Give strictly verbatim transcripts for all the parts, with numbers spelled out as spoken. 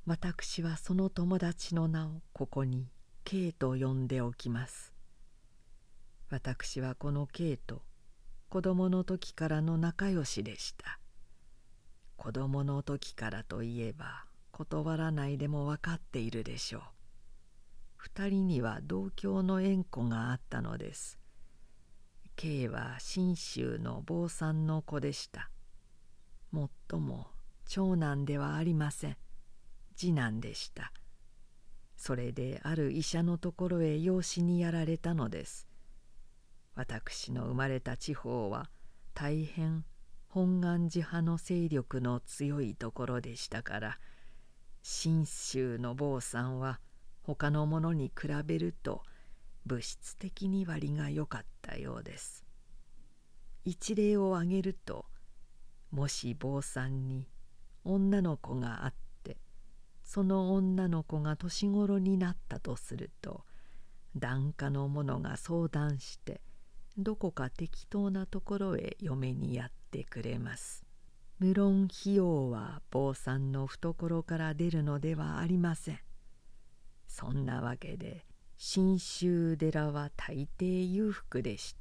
私はその友達の名をここに K と呼んでおきます。私はこの K と子供の時からの仲良しでした。子供の時からといえば断らないでも分かっているでしょう。二人には同郷の縁故があったのです。K は信州の坊さんの子でした。もっとも長男ではありません。次男でした。それである医者のところへ養子にやられたのです。私の生まれた地方は大変本願寺派の勢力の強いところでしたから、信州の坊さんは他のものに比べると物質的に割が良かったようです。一例を挙げると、もし坊さんに女の子があってその女の子が年頃になったとすると、檀家の者が相談してどこか適当なところへ嫁にやってくれます。無論費用は坊さんの懐から出るのではありません。そんなわけで信州寺は大抵裕福でした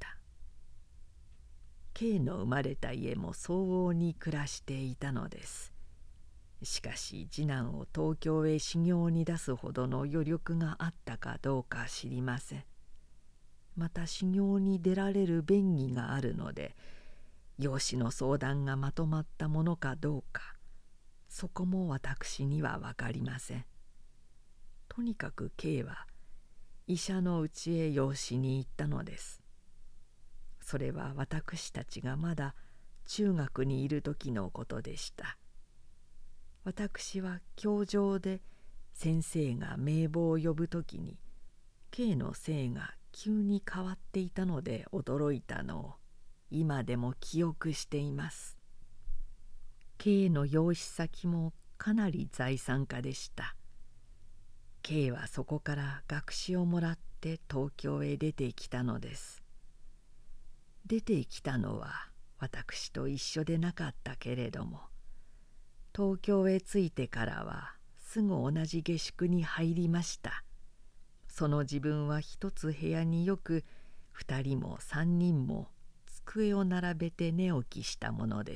。K の生まれた家も相応に暮らしていたのです。しかし次男を東京へ修行に出すほどの余力があったかどうか知りません。また修行に出られる便宜があるので、養子の相談がまとまったものかどうか、そこも私には分かりません。とにかく K は医者のうちへ養子に行ったのです。それは私たちがまだ中学にいる時のことでした。私は教場で先生が名簿を呼ぶ時に K の姓が急に変わっていたので驚いたのを今でも記憶しています。K の養子先もかなり財産家でした。K はそこから学士をもらって東京へ出てきたのです。出てきたのは私と一緒でなかったけれども、東京へ着いてからはすぐ同じ下宿に入りました。その自分は一つ部屋によく二人も三人も机を並べて寝起きしたものです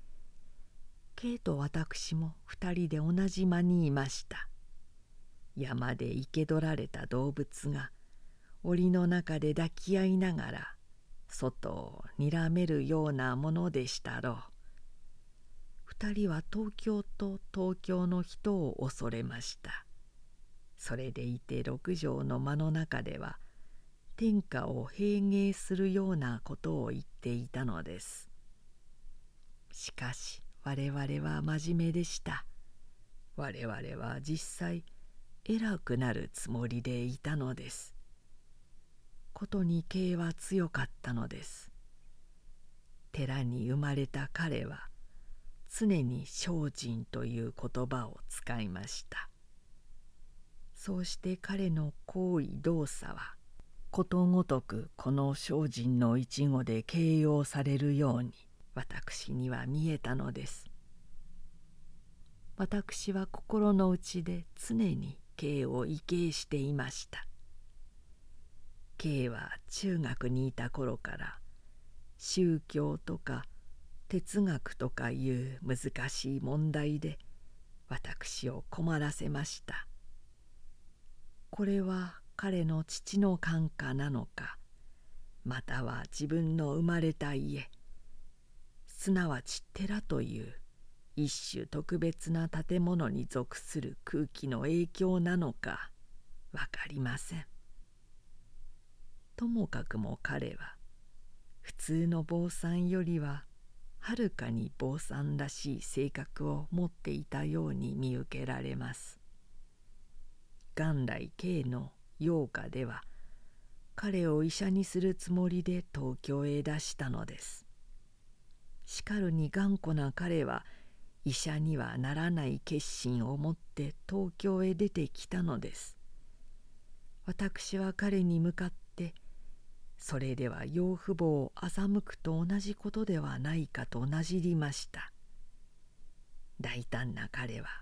。K と私も二人で同じ間にいました。山で生け捕られた動物が檻の中で抱き合いながら外をにらめるようなものでしたろう。二人は東京と東京の人を恐れました。それでいて六畳の間の中では天下を平芸するようなことを言っていたのです。しかし我々は真面目でした。我々は実際偉くなるつもりでいたのです。ことにKは強かったのです。寺に生まれた彼は常に精進という言葉を使いました。そうして彼の行為動作はことごとくこの精進の一語で形容されるように私には見えたのです。私は心の内で常に K を畏敬していました。K は中学にいた頃から宗教とか哲学とかいう難しい問題で私を困らせました。これは彼の父の感化なのか、または自分の生まれた家、すなわち寺という一種特別な建物に属する空気の影響なのか分かりません。ともかくも彼は普通の坊さんよりははるかに坊さんらしい性格を持っていたように見受けられます。元来 K の養家では彼を医者にするつもりで東京へ出したのです。しかるに頑固な彼は医者にはならない決心を持って東京へ出てきたのです。私は彼に向かってそれでは養父母を欺くと同じことではないかとなじりました。大胆な彼は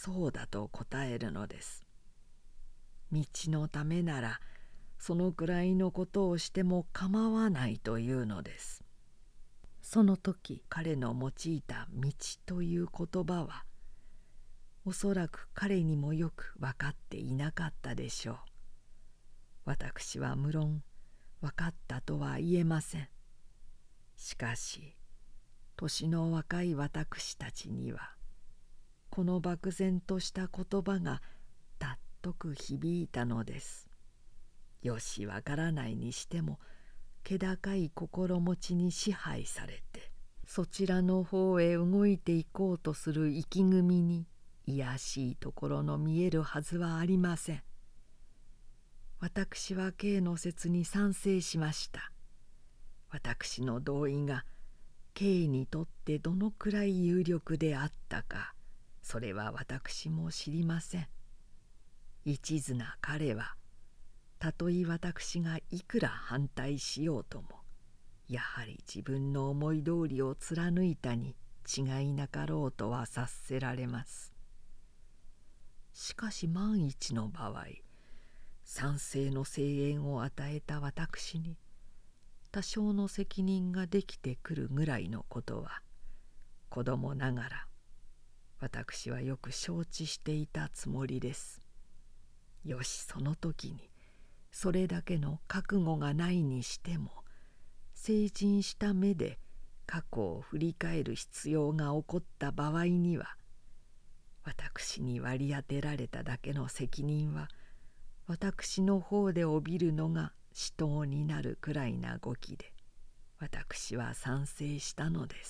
そうだと答えるのです。道のためならそのくらいのことをしても構わないというのです。その時彼の用いた道という言葉はおそらく彼にもよく分かっていなかったでしょう。私は無論分かったとは言えません。しかし年の若い私たちにはこの漠然とした言葉がたっとく響いたのです。よしわからないにしても気高い心持ちに支配されてそちらの方へ動いていこうとする意気組みにいやしいところの見えるはずはありません。私は K の説に賛成しました。私の同意が K にとってどのくらい有力であったか、それは私も知りません。一途な彼はたとえ私がいくら反対しようともやはり自分の思い通りを貫いたに違いなかろうとは察せられます。しかし万一の場合、賛成の声援を与えた私に多少の責任ができてくるぐらいのことは子供ながら私はよく承知していたつもりです。よしその時にそれだけの覚悟がないにしても成人した目で過去を振り返る必要が起こった場合には私に割り当てられただけの責任は私の方で帯びるのが至当になるくらいな語気で私は賛成したのです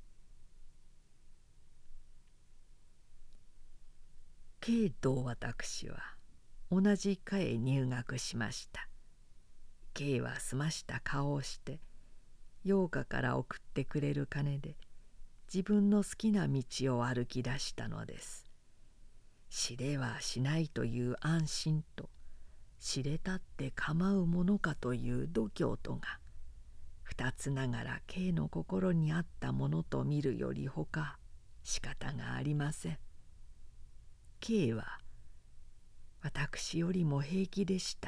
。K と私は同じ科へ入学しました。K は澄ました顔をして洋歌から送ってくれる金で自分の好きな道を歩き出したのです。知れはしないという安心と知れたって構うものかという度胸とが二つながら K の心にあったものと見るよりほか仕方がありません。K は私よりも平気でした。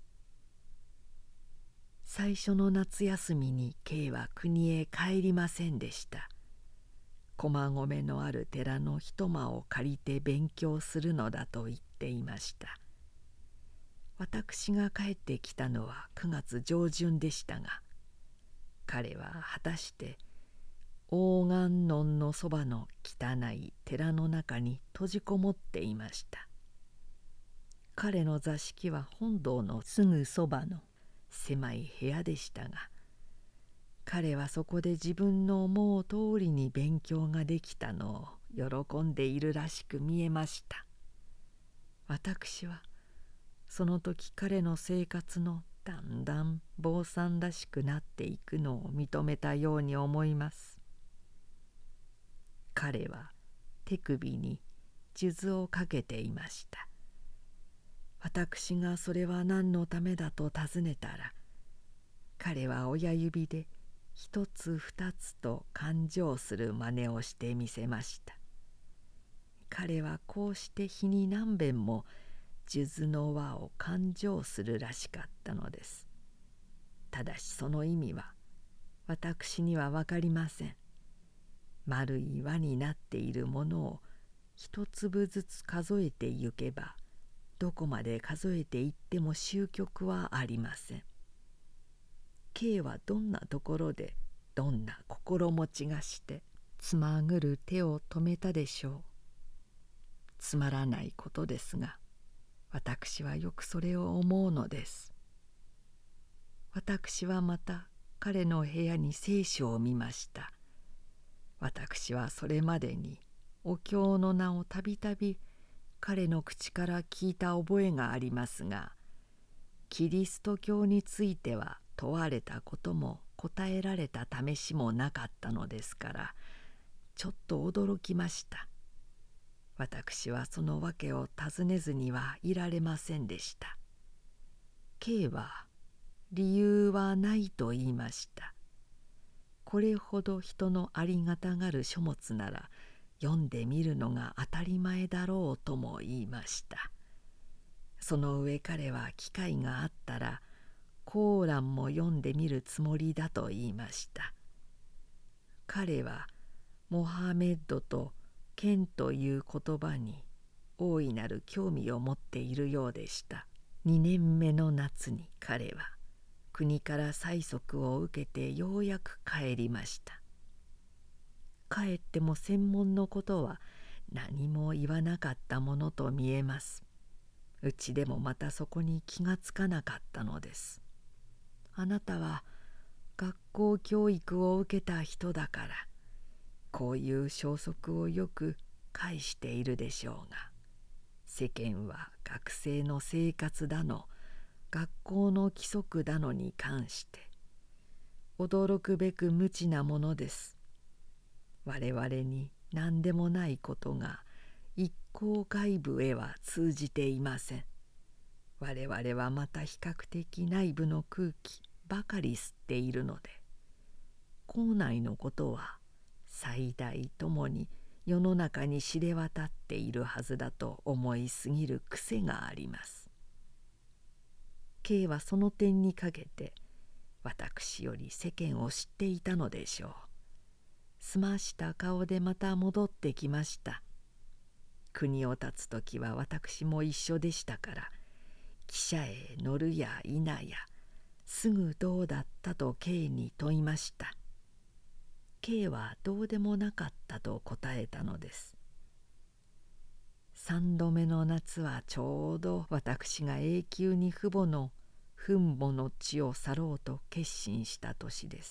最初の夏休みに K は国へ帰りませんでした。駒込のある寺の一間を借りて勉強するのだと言っていました。私が帰ってきたのはくがつ上旬でしたが、彼は果たして大観音のそばの汚い寺の中に閉じこもっていました。彼の座敷は本堂のすぐそばの狭い部屋でしたが、彼はそこで自分の思う通りに勉強ができたのを喜んでいるらしく見えました。私はその時彼の生活のだんだん坊さんらしくなっていくのを認めたように思います。彼は手首に数珠をかけていました。私がそれは何のためだと尋ねたら、彼は親指で一つ二つと勘定する真似をしてみせました。彼はこうして日に何べんも数珠の輪を勘定するらしかったのです。ただしその意味は私には分かりません。丸い輪になっているものを一粒ずつ数えてゆけば、どこまで数えていっても終局はありません。K はどんなところでどんな心持ちがしてつまぐる手を止めたでしょう。つまらないことですが、私はよくそれを思うのです。私はまた彼の部屋に聖書を見ました。私はそれまでにお経の名をたびたび彼の口から聞いた覚えがありますが、キリスト教については問われたことも答えられた試しもなかったのですから、ちょっと驚きました。私はその訳を尋ねずにはいられませんでした。K は理由はないと言いました。これほど人のありがたがる書物なら読んでみるのが当たり前だろうとも言いました。その上彼は機会があったらコーランも読んでみるつもりだと言いました。彼はモハメッドと剣という言葉に大いなる興味を持っているようでした。にねんめの夏に彼は国から催促を受けてようやく帰りました。帰っても専門のことは何も言わなかったものと見えます。うちでもまたそこに気がつかなかったのです。あなたは学校教育を受けた人だからこういう消息をよく返しているでしょうが、世間は学生の生活だの学校の規則だのに関して驚くべく無知なものです。我々に何でもないことが一向外部へは通じていません。我々はまた比較的内部の空気ばかり吸っているので、校内のことは最大ともに世の中に知れ渡っているはずだと思いすぎる癖があります。Ｋはその点にかけて私より世間を知っていたのでしょう。澄ました顔でまた戻ってきました。国を立つ時は私も一緒でしたから、汽車へ乗るや否やすぐどうだったと K に問いました。K はどうでもなかったと答えたのです。三度目の夏はちょうど私が永久に父母の墳墓の地を去ろうと決心した年です。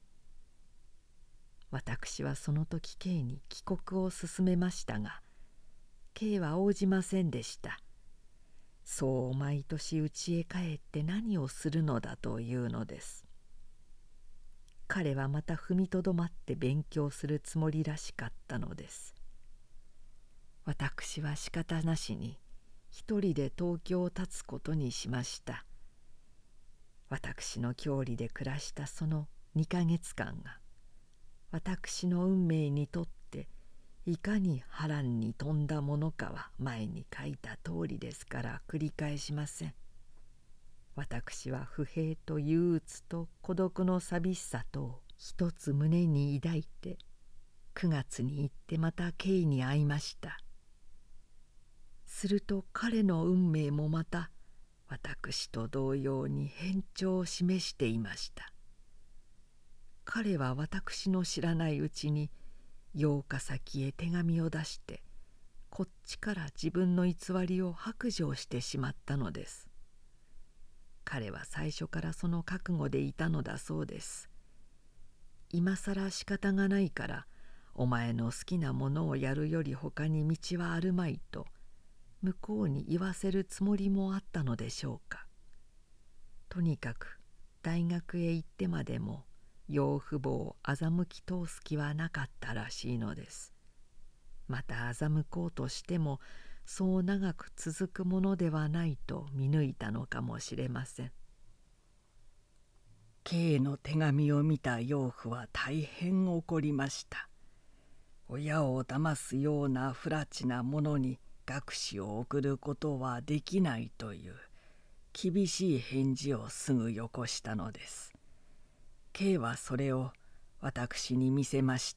私はその時 K に帰国を勧めましたが、K は応じませんでした。そう毎年家へ帰って何をするのだというのです。彼はまた踏みとどまって勉強するつもりらしかったのです。私は仕方なしに一人で東京を立つことにしました。私の郷里で暮らしたそのにかげつかんが私の運命にとっていかに波乱に富んだものかは前に書いた通りですから繰り返しません。私は不平と憂鬱と孤独の寂しさとを一つ胸に抱いてくがつに行ってまた K に会いました。すると彼の運命もまた私と同様に変調を示していました。彼は私の知らないうちにようか先へ手紙を出してこっちから自分の偽りを白状してしまったのです。彼は最初からその覚悟でいたのだそうです。今さら仕方がないからお前の好きなものをやるより他に道はあるまいと向こうに言わせるつもりもあったのでしょうか。とにかく大学へ行ってまでも養父母を欺き通す気はなかったらしいのです。また欺こうとしてもそう長く続くものではないと見抜いたのかもしれません。K の手紙を見た養父は大変怒りました。親を騙すような不埒なものに学士を送ることはできないという厳しい返事をすぐよこしたのです。K はそれを私に見せました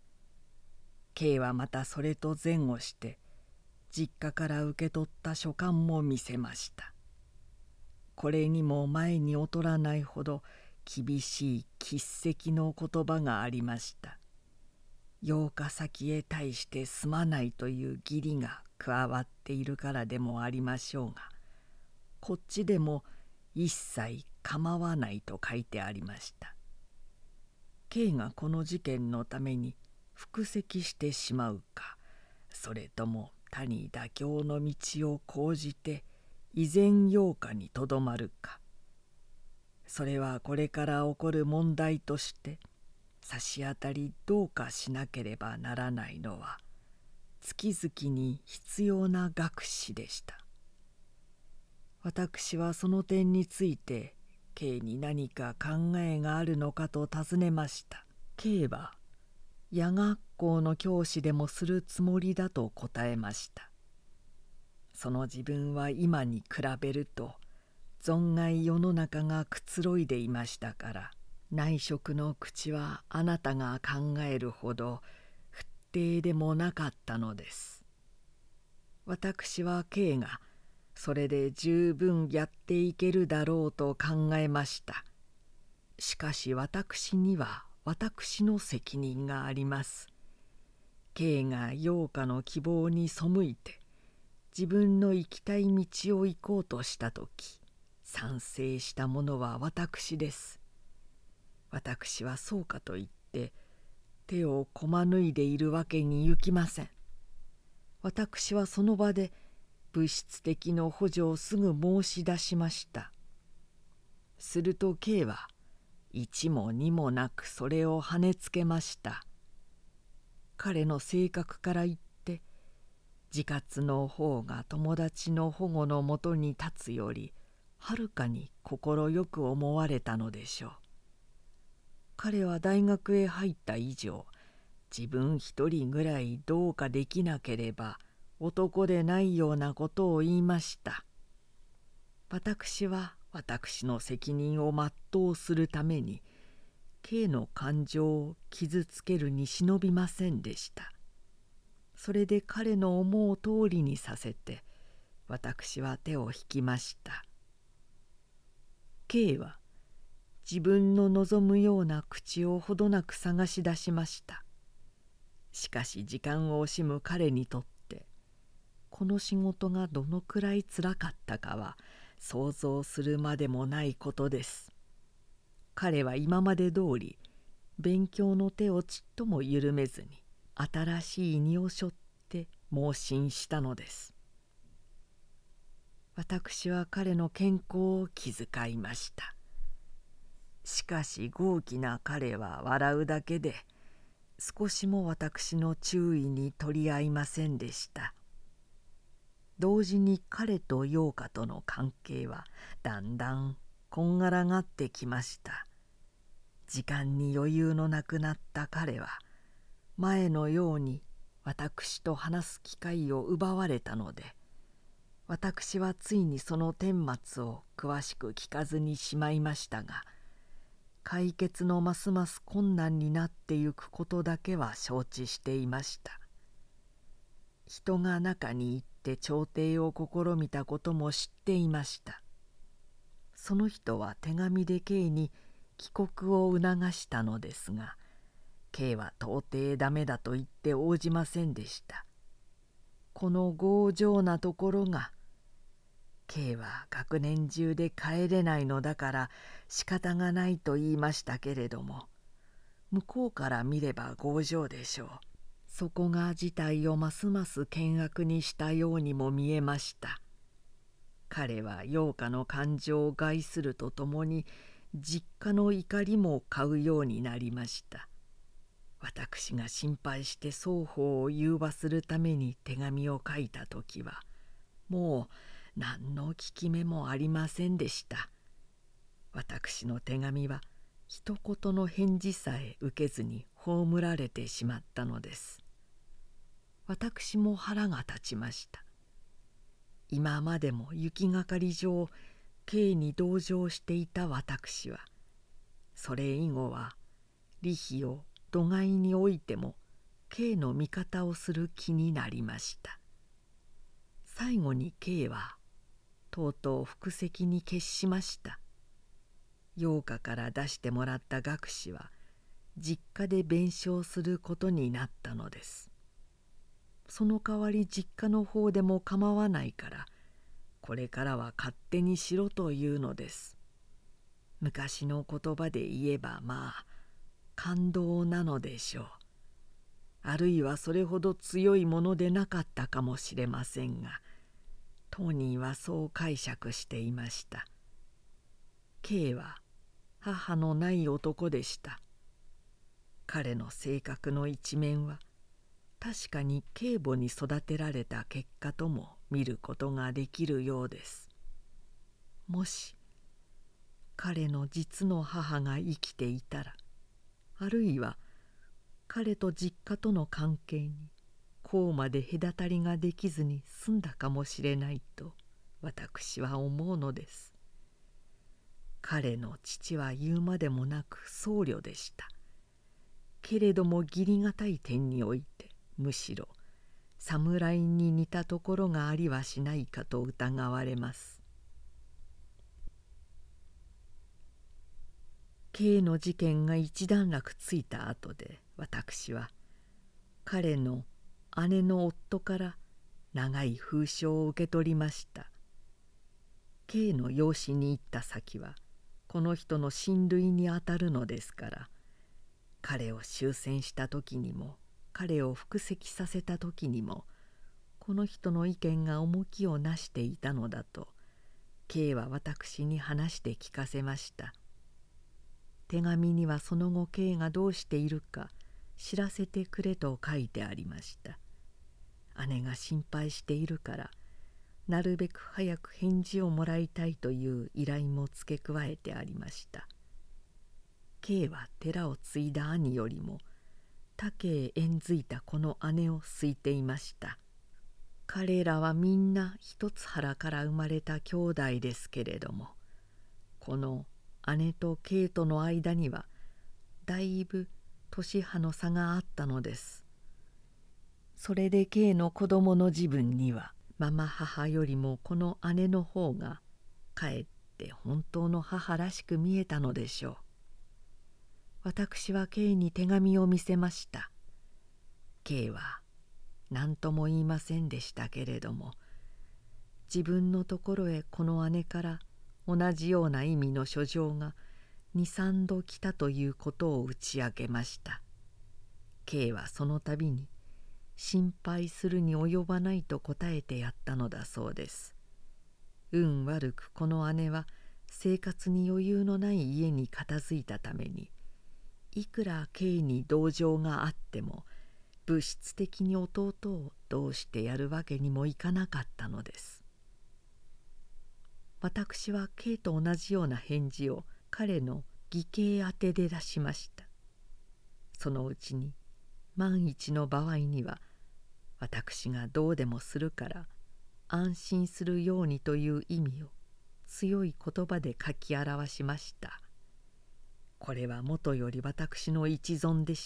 。K はまたそれと前後して実家から受け取った書簡も見せました。これにも前に劣らないほど厳しい筆跡の言葉がありました。ようか先へ対してすまないという義理が加わっているからでもありましょうが、こっちでも一切構わないと書いてありました。K がこの事件のために服籍してしまうか、それとも他に妥協の道を講じて依然養家にとどまるか、それはこれから起こる問題として差し当たりどうかしなければならないのは月々に必要な学士でした。私はその点について K に何か考えがあるのかと尋ねました。K は夜学校の教師でもするつもりだと答えました。その自分は今に比べると存外世の中がくつろいでいましたから、内職の口はあなたが考えるほど不定でもなかったのです。私は K がそれで十分やっていけるだろうと考えました。しかし私には私の責任があります。K が陽花の希望に背いて自分の行きたい道を行こうとしたとき、賛成したものは私です。私はそうかといって手をこまぬいでいるわけにゆきません。私はその場で物質的の補助をすぐ申し出しました。すると K は一も二もなくそれをはねつけました。彼の性格から言って自活の方が友達の保護のもとに立つよりはるかに快く思われたのでしょう。彼は大学へ入った以上、自分一人ぐらいどうかできなければ男でないようなことを言いました。私は私の責任を全うするために K の感情を傷つけるに忍びませんでした。それで彼の思う通りにさせて私は手を引きました。K は自分の望むような口をほどなく探し出しました。しかし時間を惜しむ彼にとってこの仕事がどのくらいつらかったかは想像するまでもないことです。彼は今まで通り勉強の手をちっとも緩めずに新しい荷を背負って盲信したのです。私は彼の健康を気遣いました。しかし豪気な彼は笑うだけで少しも私の注意に取り合いませんでした。同時に彼と陽花との関係はだんだんこんがらがってきました。時間に余裕のなくなった彼は前のように私と話す機会を奪われたので、私はついにその顛末を詳しく聞かずにしまいましたが、解決のますます困難になってゆくことだけは承知していました。人が中に行って調停を試みたことも知っていました。その人は手紙で K に帰国を促したのですが、 K は到底ダメだと言って応じませんでした。この強情なところが、 K は学年中で帰れないのだから仕方がないと言いましたけれども、向こうから見れば強情でしょう。そこが事態をますます険悪にしたようにも見えました。彼は陽花の感情を害するとともに実家の怒りも買うようになりました。私が心配して双方を融和するために手紙を書いた時はもう何の効き目もありませんでした。私の手紙は一言の返事さえ受けずに葬られてしまったのです。私も腹が立ちました。今までも行きがかり上 K に同情していた私は、それ以後は利費を度外においても K の味方をする気になりました。最後に K はとうとう腹石に決しました。陽花から出してもらった学士は実家で弁償することになったのです。その代わり実家の方でも構わないからこれからは勝手にしろというのです。昔の言葉で言えばまあ感動なのでしょう。あるいはそれほど強いものでなかったかもしれませんが、当人はそう解釈していました。 K は母のない男でした。彼の性格の一面は確かに継母に育てられた結果とも見ることができるようです。もし彼の実の母が生きていたら、あるいは彼と実家との関係にこうまで隔たりができずに済んだかもしれないと私は思うのです。彼の父は言うまでもなく僧侶でした。けれども義理がたい点においてむしろ侍に似たところがありはしないかと疑われます。Kの事件が一段落ついた後で私は彼の姉の夫から長い封書を受け取りました。Kの養子に行った先はこの人の親類にあたるのですから、彼を終戦した時にも彼を服籍させた時にもこの人の意見が重きをなしていたのだと K は私に話して聞かせました。手紙にはその後 K がどうしているか知らせてくれと書いてありました。姉が心配しているからなるべく早く返事をもらいたいという依頼も付け加えてありました。K は寺を継いだ兄よりも他家へ縁づいたこの姉を好いていました。彼らはみんな一つ腹から生まれた兄弟ですけれども、この姉と K との間にはだいぶ年派の差があったのです。それで K の子供の自分にはママ母よりもこの姉の方がかえって本当の母らしく見えたのでしょう。私は K に手紙を見せました。K は何とも言いませんでしたけれども、自分のところへこの姉から同じような意味の書状が二三度来たということを打ち明けました。K はその度に心配するに及ばないと答えてやったのだそうです。運悪くこの姉は生活に余裕のない家に片付いたために、いくら K に同情があっても物質的に弟をどうしてやるわけにもいかなかったのです。私は K と同じような返事を彼の義兄宛てで出しました。そのうちに万一の場合には私がどうでもするから安心するようにという意味を強い言葉で書き表しました。これはもとより私の一存でした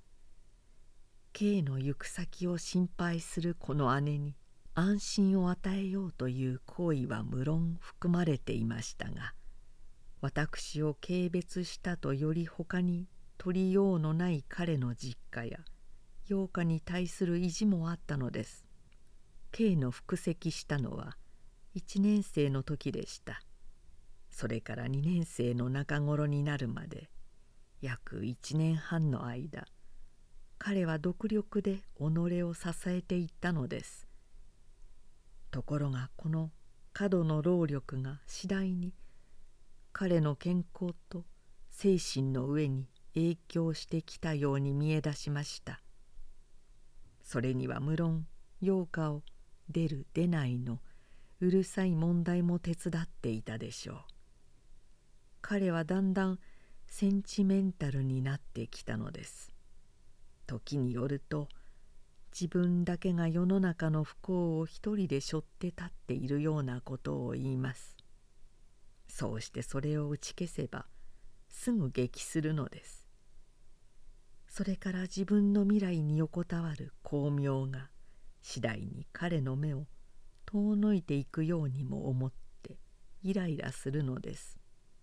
。K の行く先を心配するこの姉に安心を与えようという行為は無論含まれていましたが、私を軽蔑したとより他に取りようのない彼の実家や養家に対する意地もあったのです。K の服籍したのはいちねん生の時でした。それからにねん生の中頃になるまで約いちねんはんの間、彼は独力で己を支えていったのです。ところがこの過度の労力が次第に彼の健康と精神の上に影響してきたように見え出しました。それには無論養家を出る出ないのうるさい問題も手伝っていたでしょう。彼はだんだんセンチメンタルになってきたのです。時によると自分だけが世の中の不幸を一人で背負って立っているようなことを言います。そうしてそれを打ち消せばすぐ激するのです。それから自分の未来に横たわる光明が次第に彼の目を遠のいていくようにも思ってイライラするのです。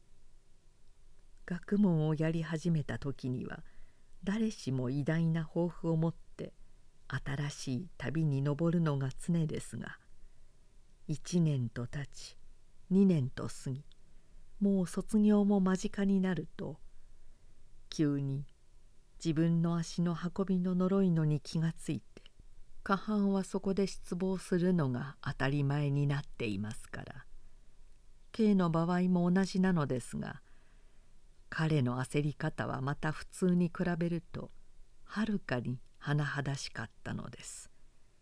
学問をやり始めた時には誰しも偉大な抱負を持って新しい旅に登るのが常ですが、一年と経ち二年と過ぎ、もう卒業も間近になると急に自分の足の運びの呪いのに気がついて、過半はそこで失望するのが当たり前になっていますから、K の場合も同じなのですが、彼の焦り方はまた普通に比べるとはるかに甚だしかったのです。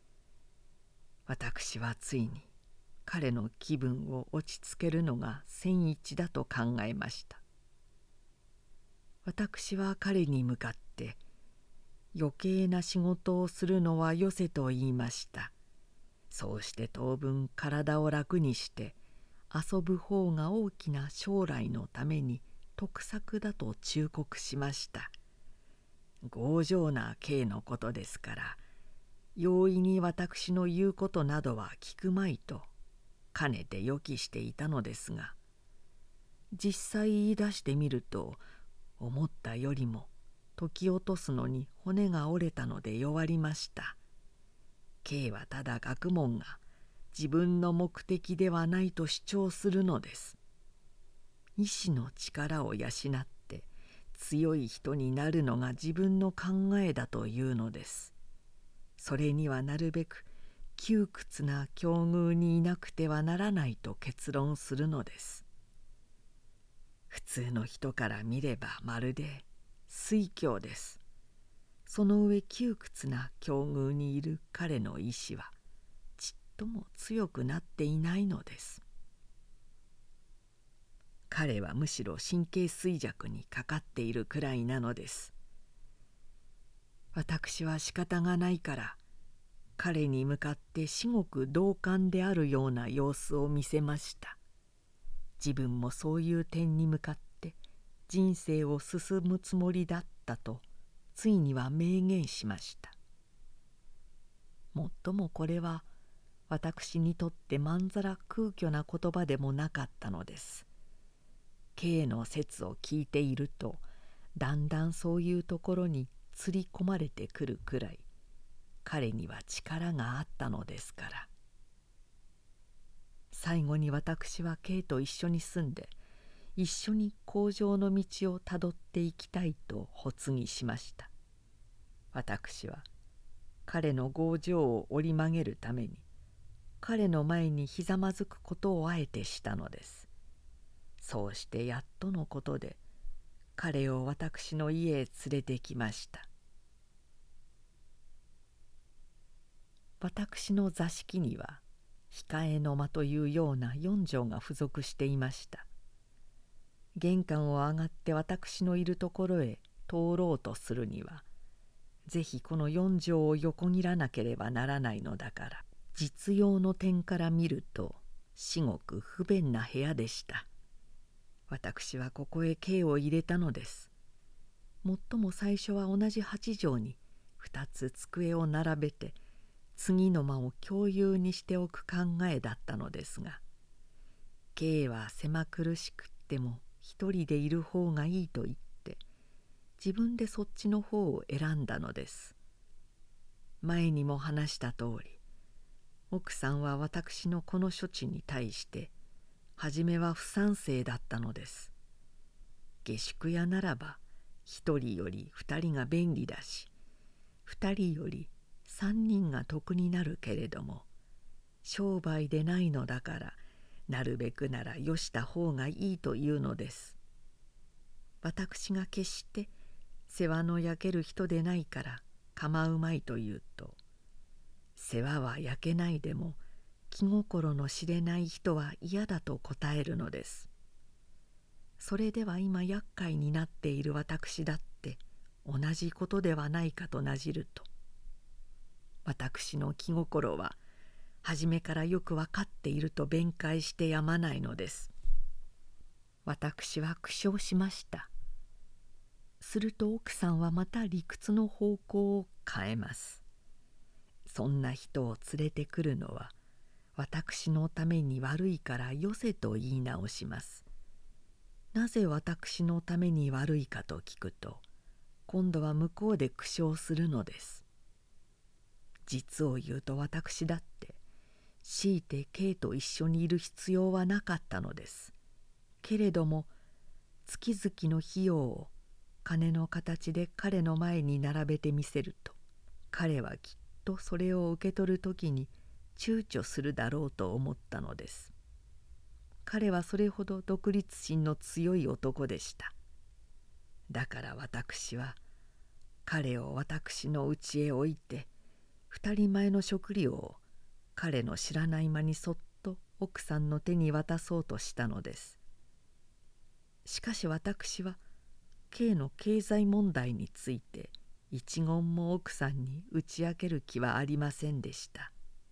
私はついに彼の気分を落ち着けるのが千一だと考えました。私は彼に向かって余計な仕事をするのはよせと言いました。そうして当分体を楽にして遊ぶ方が大きな将来のために得策だと忠告しました。強情な刑のことですから容易に私の言うことなどは聞くまいとかねて予期していたのですが、実際言い出してみると思ったよりも解き落とすのに骨が折れたので弱りました。Ｋはただ学問が自分の目的ではないと主張するのです。意志の力を養って強い人になるのが自分の考えだというのです。それにはなるべく窮屈な境遇にいなくてはならないと結論するのです。普通の人から見ればまるで酔狂です。その上窮屈な境遇にいる彼の意志はちっとも強くなっていないのです。彼はむしろ神経衰弱にかかっているくらいなのです。私は仕方がないから彼に向かって至極同感であるような様子を見せました。自分もそういう点に向かって人生を進むつもりだったとついには明言しました。もっともこれは私にとってまんざら空虚な言葉でもなかったのです。Ｋの説を聞いているとだんだんそういうところにつり込まれてくるくらい彼には力があったのですから。最後に私は Ｋ と一緒に住んで一緒に向上の道をたどっていきたいと発議しました。私は彼の強情を折り曲げるために彼の前にひざまずくことをあえてしたのです。そうしてやっとのことで彼を私の家へ連れてきました。私の座敷には控えの間というような四畳が付属していました。玄関を上がって私のいるところへ通ろうとするにはぜひこの四畳を横切らなければならないのだから、実用の点から見ると至極不便な部屋でした。私はここへ K を入れたのです。もっとも最初は同じ八畳に二つ机を並べて次の間を共有にしておく考えだったのですが、 K は狭苦しくっても一人でいる方がいいと言って自分でそっちの方を選んだのです。前にも話した通り、奥さんは私のこの処置に対して初めは不賛成だったのです。下宿屋ならば一人より二人が便利だし、二人より三人が得になるけれども、商売でないのだからなるべくならよした方がいいというのです。私が決して世話の焼ける人でないから構うまいと言うと、世話は焼けないでも気心の知れない人は嫌だと答えるのです。それでは今厄介になっている私だって同じことではないかとなじると、私の気心は初めからよく分かっていると弁解してやまないのです。私は苦笑しました。すると奥さんはまた理屈の方向を変えます。そんな人を連れてくるのは私のために悪いからよせと言い直します。なぜ私のために悪いかと聞くと、今度は向こうで苦笑するのです。実を言うと私だって強いて K と一緒にいる必要はなかったのです。けれども月々の費用を金の形で彼の前に並べてみせると、彼はきっとそれを受け取る時に躊躇するだろうと思ったのです。彼はそれほど独立心の強い男でした。だから私は彼を私の家へ置いて二人前の食料を彼の知らない間にそっと奥さんの手に渡そうとしたのです。しかし私は K の経済問題について一言も奥さんに打ち明ける気はありませんでした。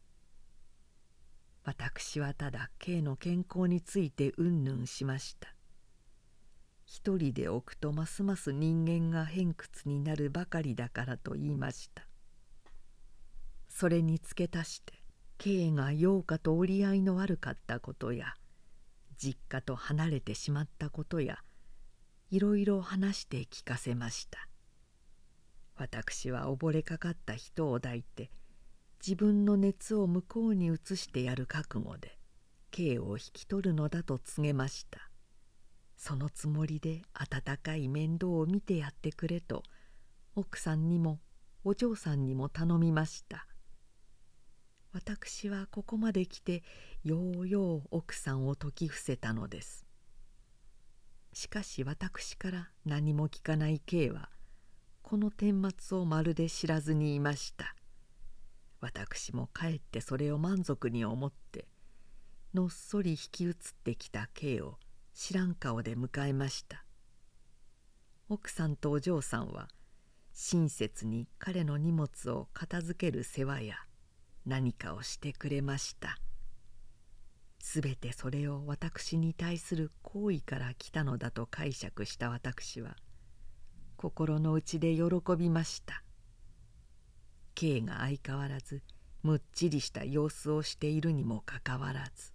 私はただ K の健康についてうんぬんしました。一人で置くとますます人間が偏屈になるばかりだからと言いました。それに付け足して K が陽花と折り合いの悪かったことや実家と離れてしまったことやいろいろ話して聞かせました。私は溺れかかった人を抱いて自分の熱を向こうに移してやる覚悟で K を引き取るのだと告げました。そのつもりで温かい面倒を見てやってくれと奥さんにもお嬢さんにも頼みました。私はここまで来てようよう奥さんを説き伏せたのです。しかし私から何も聞かない K はこの顛末をまるで知らずにいました。私もかえってそれを満足に思ってのっそり引き移ってきた K を知らん顔で迎えました。奥さんとお嬢さんは親切に彼の荷物を片付ける世話や何かをしてくれました。すべてそれを私に対する好意から来たのだと解釈した私は心の内で喜びました。K が相変わらずむっちりした様子をしているにもかかわらず、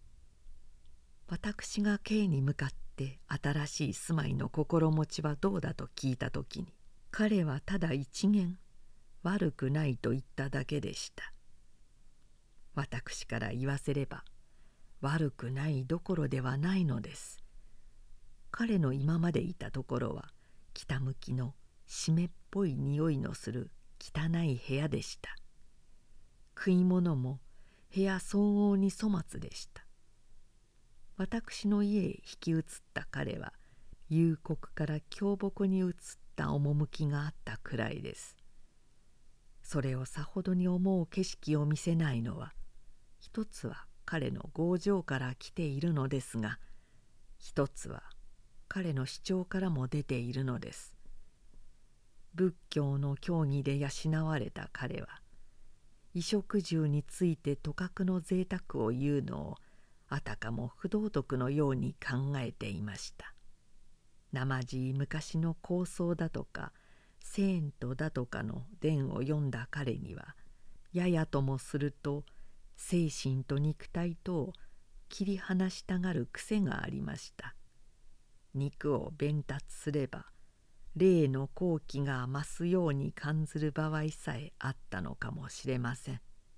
私が K に向かって新しい住まいの心持ちはどうだと聞いた時に彼はただ一言悪くないと言っただけでした。私から言わせれば悪くないどころではないのです。彼の今までいたところは北向きの湿っぽい匂いのする汚い部屋でした。食い物も部屋相応に粗末でした。私の家へ引き移った彼は幽谷から凶木に移った趣があったくらいです。それをさほどに思う景色を見せないのは一つは彼の強情から来ているのですが、一つは彼の主張からも出ているのです。仏教の教義で養われた彼は衣食住についてとかくの贅沢を言うのをあたかも不道徳のように考えていました。なまじい昔の構想だとかセーントだとかの伝を読んだ彼にはややともすると精神と肉体とを切り離したがる癖がありました。肉を鞭達すれば霊の好奇が増すように感ずる場合さえあったのかもしれません。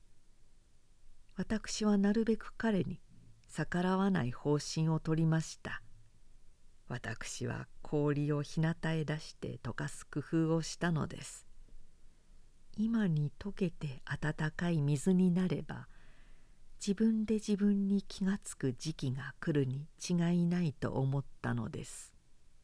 私はなるべく彼に逆らわない方針を取りました。私は氷を日向へ出して溶かす工夫をしたのです。今に溶けて温かい水になれば自分で自分に気がつく時期が来るに違いないと思ったのです。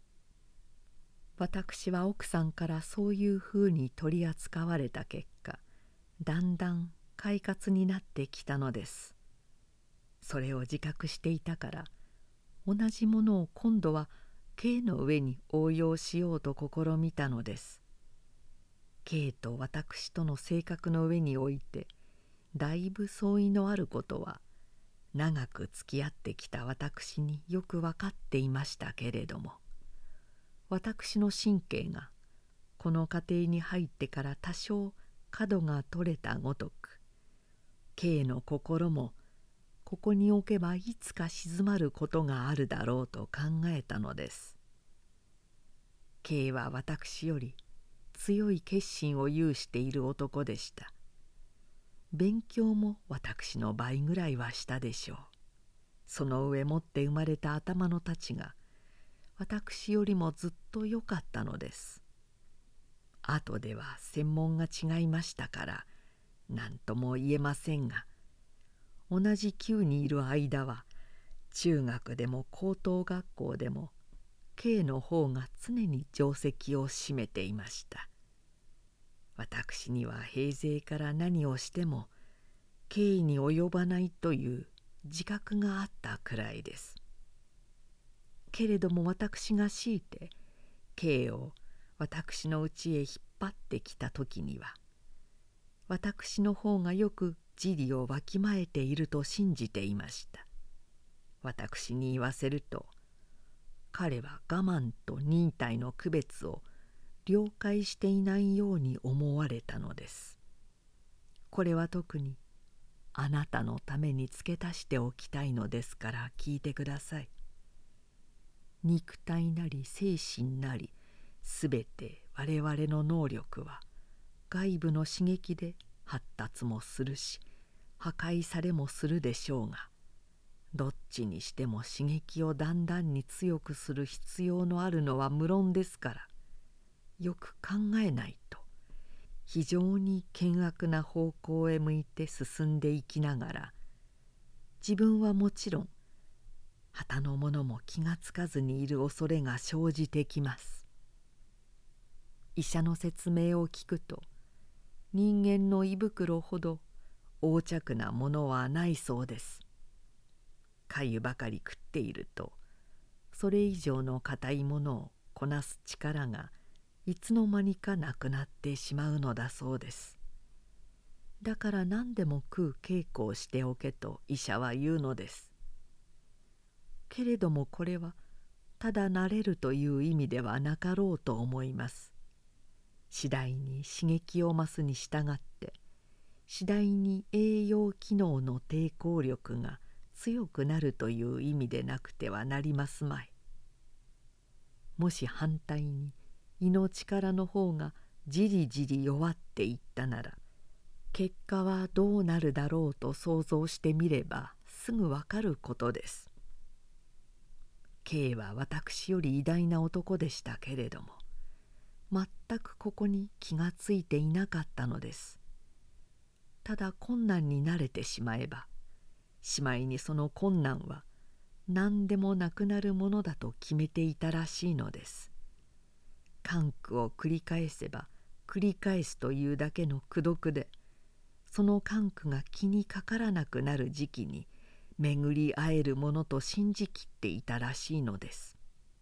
私は奥さんからそういうふうに取り扱われた結果、だんだん快活になってきたのです。それを自覚していたから同じものを今度は K の上に応用しようと試みたのです。K と私との性格の上においてだいぶ相違のあることは長く付き合ってきた私によく分かっていましたけれども、私の神経がこの家庭に入ってから多少角が取れたごとく K の心もここに置けばいつか静まることがあるだろうと考えたのです。K は私より強い決心を有している男でした。勉強も私の倍ぐらいはしたでしょう。その上持って生まれた頭の太刀が私よりもずっと良かったのです。後では専門が違いましたから何とも言えませんが、同じ級にいる間は中学でも高等学校でも K の方が常に定石を占めていました。私には平生から何をしても敬意に及ばないという自覚があったくらいです。けれども私が強いて K を私の家へ引っ張ってきた時には、私の方がよく自利をわきまえていると信じていました。私に言わせると、彼は我慢と忍耐の区別を了解していないように思われたのです。これは特にあなたのために付け足しておきたいのですから聞いてください。肉体なり精神なり、すべて我々の能力は外部の刺激で発達もするし破壊されもするでしょうが、どっちにしても刺激をだんだんに強くする必要のあるのは無論ですから、よく考えないと非常に険悪な方向へ向いて進んでいきながら、自分はもちろん旗の者も気がつかずにいる恐れが生じてきます。医者の説明を聞くと、人間の胃袋ほど横着なものはないそうです。粥ばかり食っていると、それ以上の硬いものをこなす力がいつの間にかなくなってしまうのだそうです。だから何でも食う稽古をしておけと医者は言うのです。けれどもこれはただ慣れるという意味ではなかろうと思います。次第に刺激を増すに従って次第に栄養機能の抵抗力が強くなるという意味でなくてはなりますまい。もし反対に胃の力の方がじりじり弱っていったなら、結果はどうなるだろうと想像してみればすぐわかることです。K は私より偉大な男でしたけれども、全くここに気がついていなかったのです。ただ困難に慣れてしまえば、しまいにその困難は何でもなくなるものだと決めていたらしいのです。慣苦を繰り返せば繰り返すというだけの功徳で、その慣苦が気にかからなくなる時期に巡り会えるものと信じきっていたらしいのです。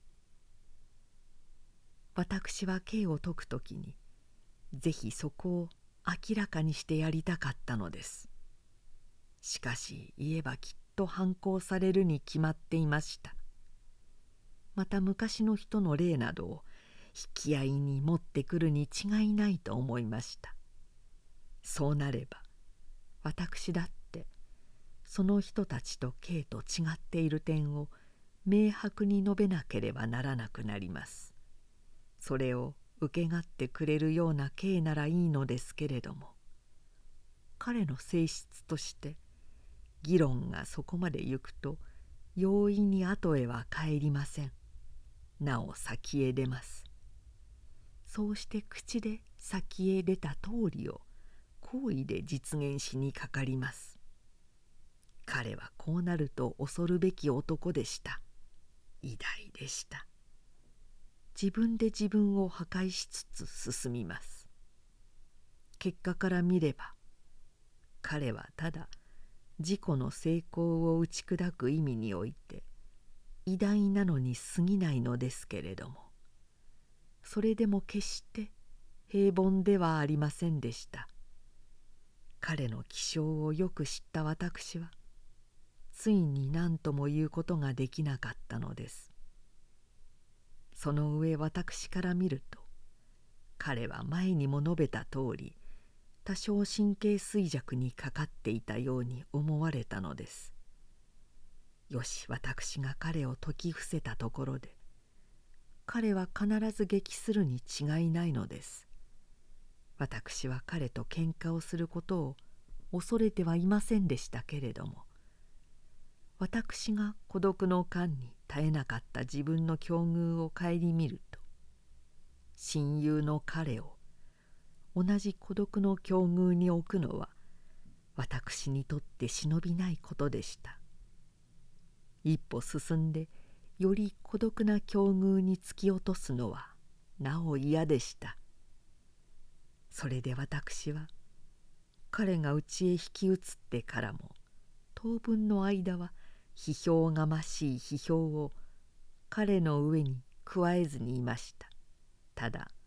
私は刑を解くときにぜひそこを明らかにしてやりたかったのです。しかし言えばきっと反抗されるに決まっていました。また昔の人の例などを引き合いに持ってくるに違いないと思いました。そうなれば私だってその人たちとKと違っている点を明白に述べなければならなくなります。それを受けがってくれるようなKならいいのですけれども、彼の性質として議論がそこまで行くと容易に後へは帰りません。なお先へ出ます。そうして口で先へ出た通りを行為で実現しにかかります。彼はこうなると恐るべき男でした。偉大でした。自分で自分を破壊しつつ進みます。結果から見れば彼はただ自己の成功を打ち砕く意味において偉大なのに過ぎないのですけれども、それでも決して平凡ではありませんでした。彼の気性をよく知った私はついに何とも言うことができなかったのです。その上私から見ると彼は前にも述べた通り多少神経衰弱にかかっていたように思われたのです。よし私が彼を説き伏せたところで彼は必ず激するに違いないのです。私は彼と喧嘩をすることを恐れてはいませんでしたけれども、私が孤独の間に絶えなかった自分の境遇を顧みると、親友の彼を同じ孤独の境遇に置くのは私にとって忍びないことでした。一歩進んでより孤独な境遇に突き落とすのはなお嫌でした。それで私は彼が家へ引き移ってからも当分の間は批評がましい批評を彼の上に加えずにいました。ただ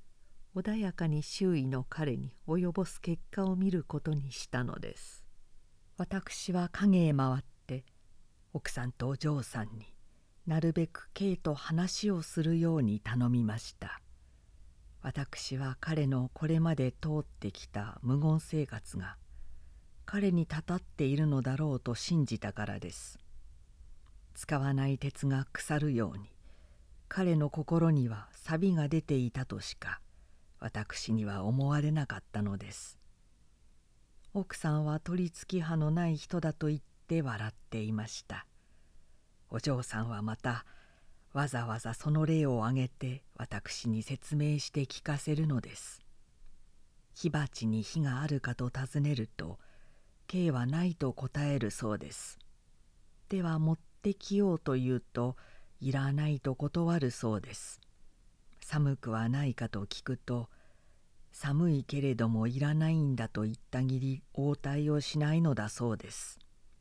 穏やかに周囲の彼に及ぼす結果を見ることにしたのです。私は影へ回って奥さんとお嬢さんになるべく K と話をするように頼みました。私は彼のこれまで通ってきた無言生活が彼にたたっているのだろうと信じたからです。使わない鉄が腐るように彼の心には錆が出ていたとしか私には思われなかったのです。奥さんは取り付き歯のない人だと言って笑っていました。お嬢さんはまたわざわざその例を挙げて私に説明して聞かせるのです。火鉢に火があるかと尋ねると K はないと答えるそうです。では持ってきようと言うといらないと断るそうです。寒くはないかと聞くと寒いけれどもいらないんだと言ったきり応対をしないのだそうです。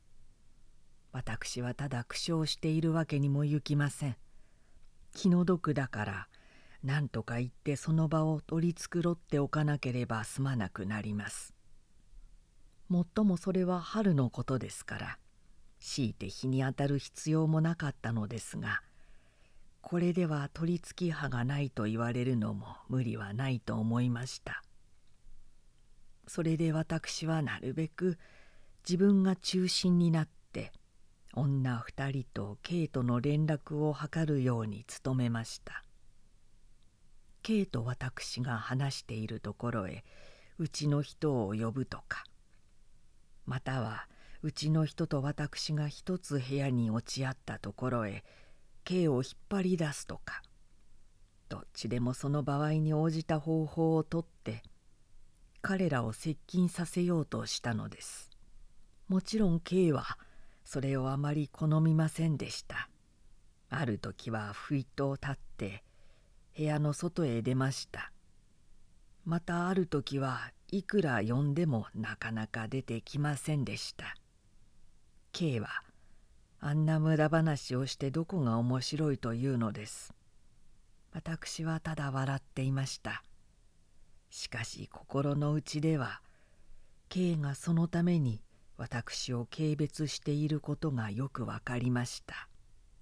私はただ苦笑しているわけにもゆきません。気の毒だから何とか言ってその場を取り繕っておかなければ済まなくなります。もっともそれは春のことですから強いて日に当たる必要もなかったのですが、これでは取り付き歯がないと言われるのも無理はないと思いました。それで私はなるべく自分が中心になって女二人と K との連絡を図るように努めました。K と私が話しているところへうちの人を呼ぶとか、またはうちの人と私が一つ部屋に落ち合ったところへ K を引っ張り出すとか、どっちでもその場合に応じた方法をとって彼らを接近させようとしたのです。もちろん K はそれをあまり好みませんでした。ある時はふいと立って部屋の外へ出ました。またある時はいくら呼んでもなかなか出てきませんでした。K はあんな無駄話をしてどこが面白いというのです。私はただ笑っていました。しかし心の内では K がそのために私を軽蔑していることがよくわかりました。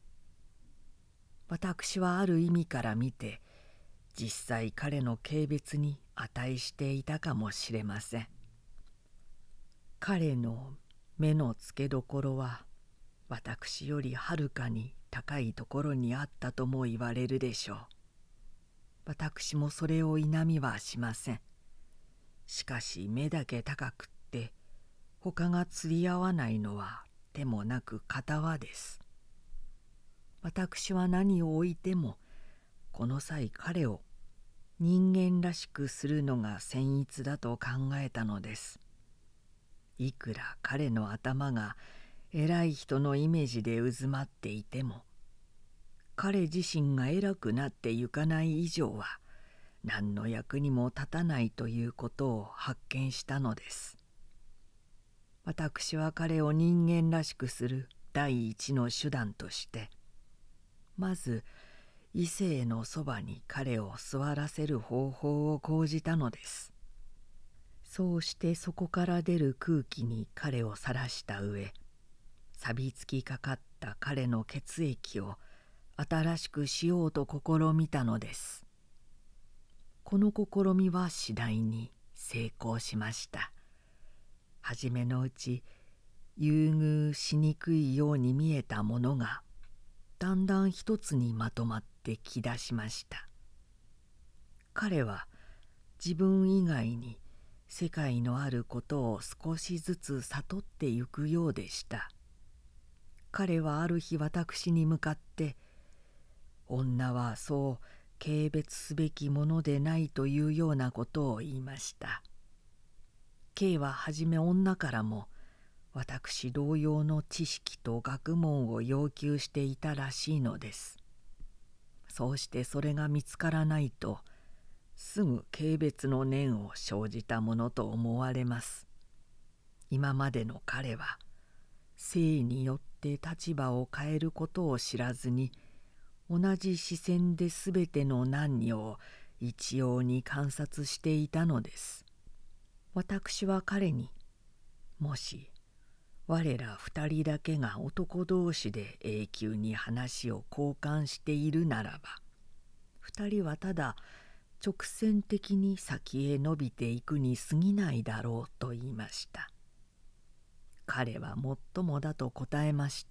私はある意味から見て実際彼の軽蔑に値していたかもしれません。彼の目の付けどころは私よりはるかに高いところにあったとも言われるでしょう。私もそれを否みはしません。しかし目だけ高くって他が釣り合わないのは手もなく片輪です。私は何を置いてもこの際彼を人間らしくするのが僭越だと考えたのです。いくら彼の頭が偉い人のイメージで渦まっていても、彼自身が偉くなってゆかない以上は何の役にも立たないということを発見したのです。私は彼を人間らしくする第一の手段としてまず異性のそばに彼を座らせる方法を講じたのです。そうしてそこから出る空気に彼をさらした上、錆びつきかかった彼の血液を新しくしようと試みたのです。この試みは次第に成功しました。はじめのうち優遇しにくいように見えたものがだんだん一つにまとまってきだしました。彼は自分以外に世界のあることを少しずつ悟ってゆくようでした。彼はある日私に向かって「女はそう軽蔑すべきものでない」というようなことを言いました。K ははじめ女からも私同様の知識と学問を要求していたらしいのです。そうしてそれが見つからないとすぐ軽蔑の念を生じたものと思われます。今までの彼は性によって立場を変えることを知らずに同じ視線で全ての男女を一様に観察していたのです。私は彼に、もし我ら二人だけが男同士で永久に話を交換しているならば、二人はただ直線的に先へ伸びていくに過ぎないだろうと言いました。彼はもっともだと答えました。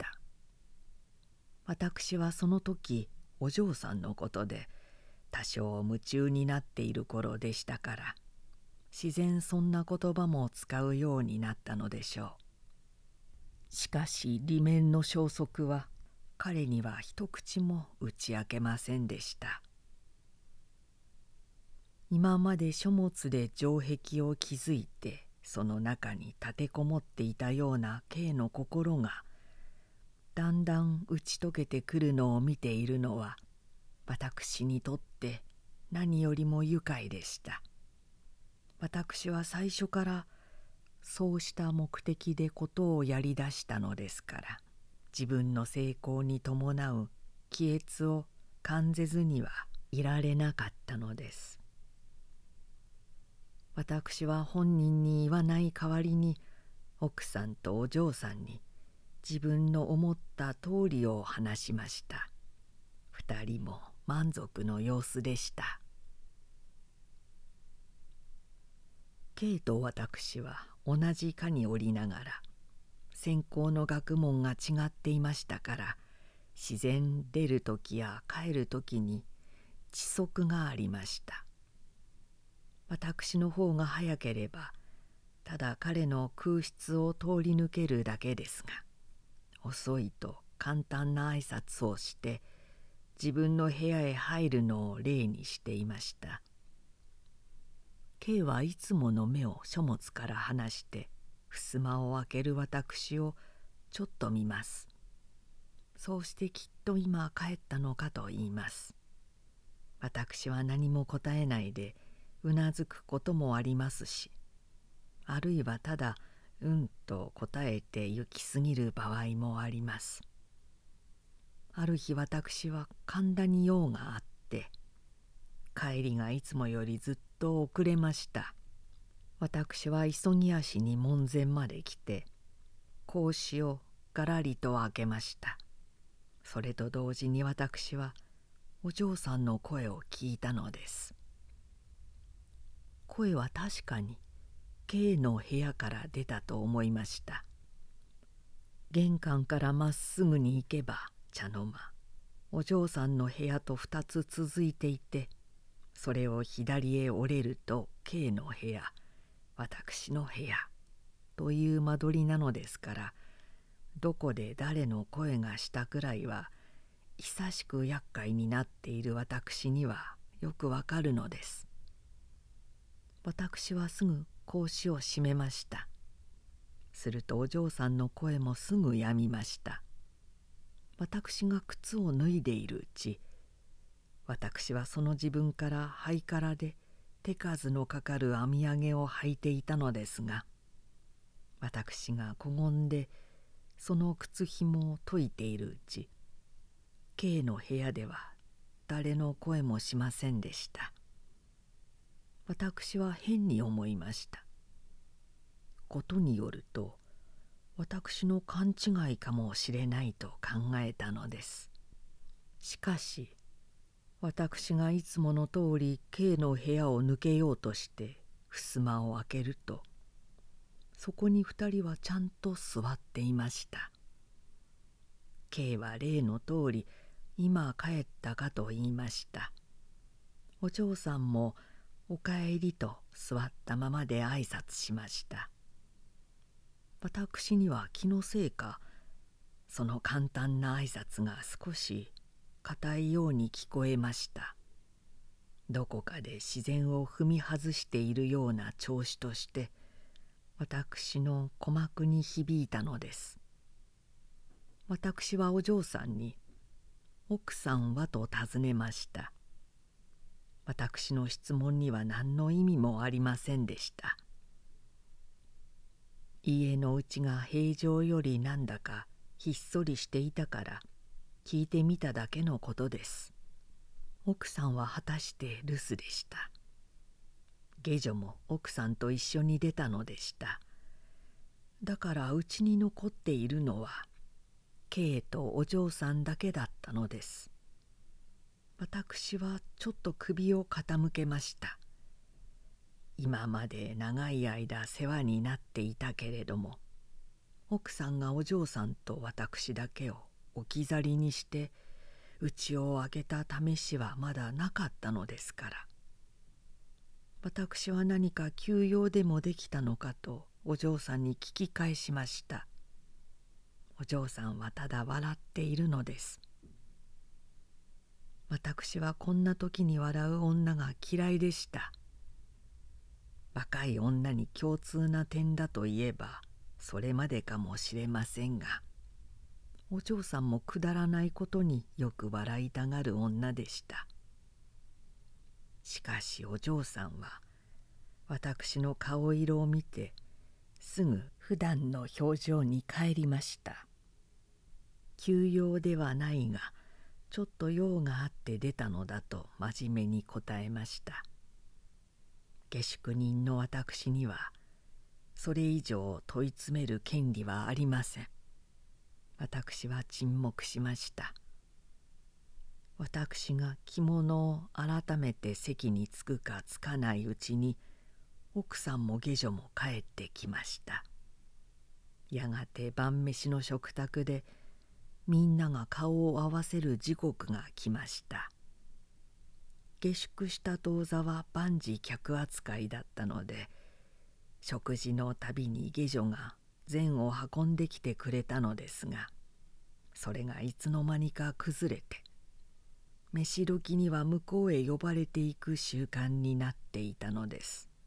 私はその時お嬢さんのことで多少夢中になっている頃でしたから、自然そんな言葉も使うようになったのでしょう。しかし裏面の消息は彼には一口も打ち明けませんでした。今まで書物で城壁を築いてその中に立てこもっていたようなＫの心がだんだん打ち解けてくるのを見ているのは私にとって何よりも愉快でした。私は最初からそうした目的でことをやりだしたのですから、自分の成功に伴う帰依を感じずにはいられなかったのです。私は本人に言わない代わりに奥さんとお嬢さんに自分の思った通りを話しました。二人も満足の様子でした。Ｋと私は同じ科におりながら専攻の学問が違っていましたから、自然出る時や帰る時に遅足がありました。私の方が早ければただ彼の空室を通り抜けるだけですが、遅いと簡単な挨拶をして自分の部屋へ入るのを例にしていました。Kはいつもの目を書物から離して襖を開ける私をちょっと見ます。そうしてきっと今帰ったのかと言います。私は何も答えないでうなずくこともありますし、あるいはただうんと答えて行き過ぎる場合もあります。ある日私は神田に用があって帰りがいつもよりずっと遅れました。私は急ぎ足に門前まで来て格子をがらりと開けました。それと同時に私はお嬢さんの声を聞いたのです。声は確かにKの部屋から出たと思いました。玄関からまっすぐに行けば茶の間、お嬢さんの部屋と二つ続いていて、それを左へ折れるとKの部屋、私の部屋という間取りなのですから、どこで誰の声がしたくらいは久しく厄介になっている私にはよくわかるのです。私はすぐ格子を閉めました。するとお嬢さんの声もすぐやみました。私が靴を脱いでいるうち、私はその自分からハイカラで手数のかかる編み上げを履いていたのですが、私がこごんでその靴ひもを解いているうち、Kの部屋では誰の声もしませんでした。私は変に思いました。ことによると私の勘違いかもしれないと考えたのです。しかし私がいつもの通り K の部屋を抜けようとして襖を開けると、そこに二人はちゃんと座っていました。K は例の通り今帰ったかと言いました。お嬢さんもおかえりと座ったままで挨拶しました。私には気のせいか、その簡単な挨拶が少し固いように聞こえました。どこかで自然を踏み外しているような調子として私の鼓膜に響いたのです。私はお嬢さんに「奥さんは?」と尋ねました。私の質問には何の意味もありませんでした。家のうちが平常よりなんだかひっそりしていたから聞いてみただけのことです。 奥さんは果たして留守でした。下女も奥さんと一緒に出たのでした。だからうちに残っているのはKとお嬢さんだけだったのです。私はちょっと首を傾けました。今まで長い間世話になっていたけれども、奥さんがお嬢さんと私だけを置き去りにして家を空けた試しはまだなかったのですから。私は何か急用でもできたのかとお嬢さんに聞き返しました。お嬢さんはただ笑っているのです。私はこんな時に笑う女が嫌いでした。若い女に共通な点だといえばそれまでかもしれませんが、お嬢さんもくだらないことによく笑いたがる女でした。しかしお嬢さんは私の顔色を見てすぐ普段の表情に帰りました。急用ではないがちょっと用があって出たのだと真面目に答えました。下宿人の私にはそれ以上問い詰める権利はありません。私は沈黙しました。私が着物を改めて席に着くか着かないうちに奥さんも下女も帰ってきました。やがて晩飯の食卓でみんなが顔を合わせる時刻が来ました。下宿した当座は万事客扱いだったので、食事のたびに下女が膳を運んできてくれたのですが、それがいつの間にか崩れて、飯時には向こうへ呼ばれていく習慣になっていたのです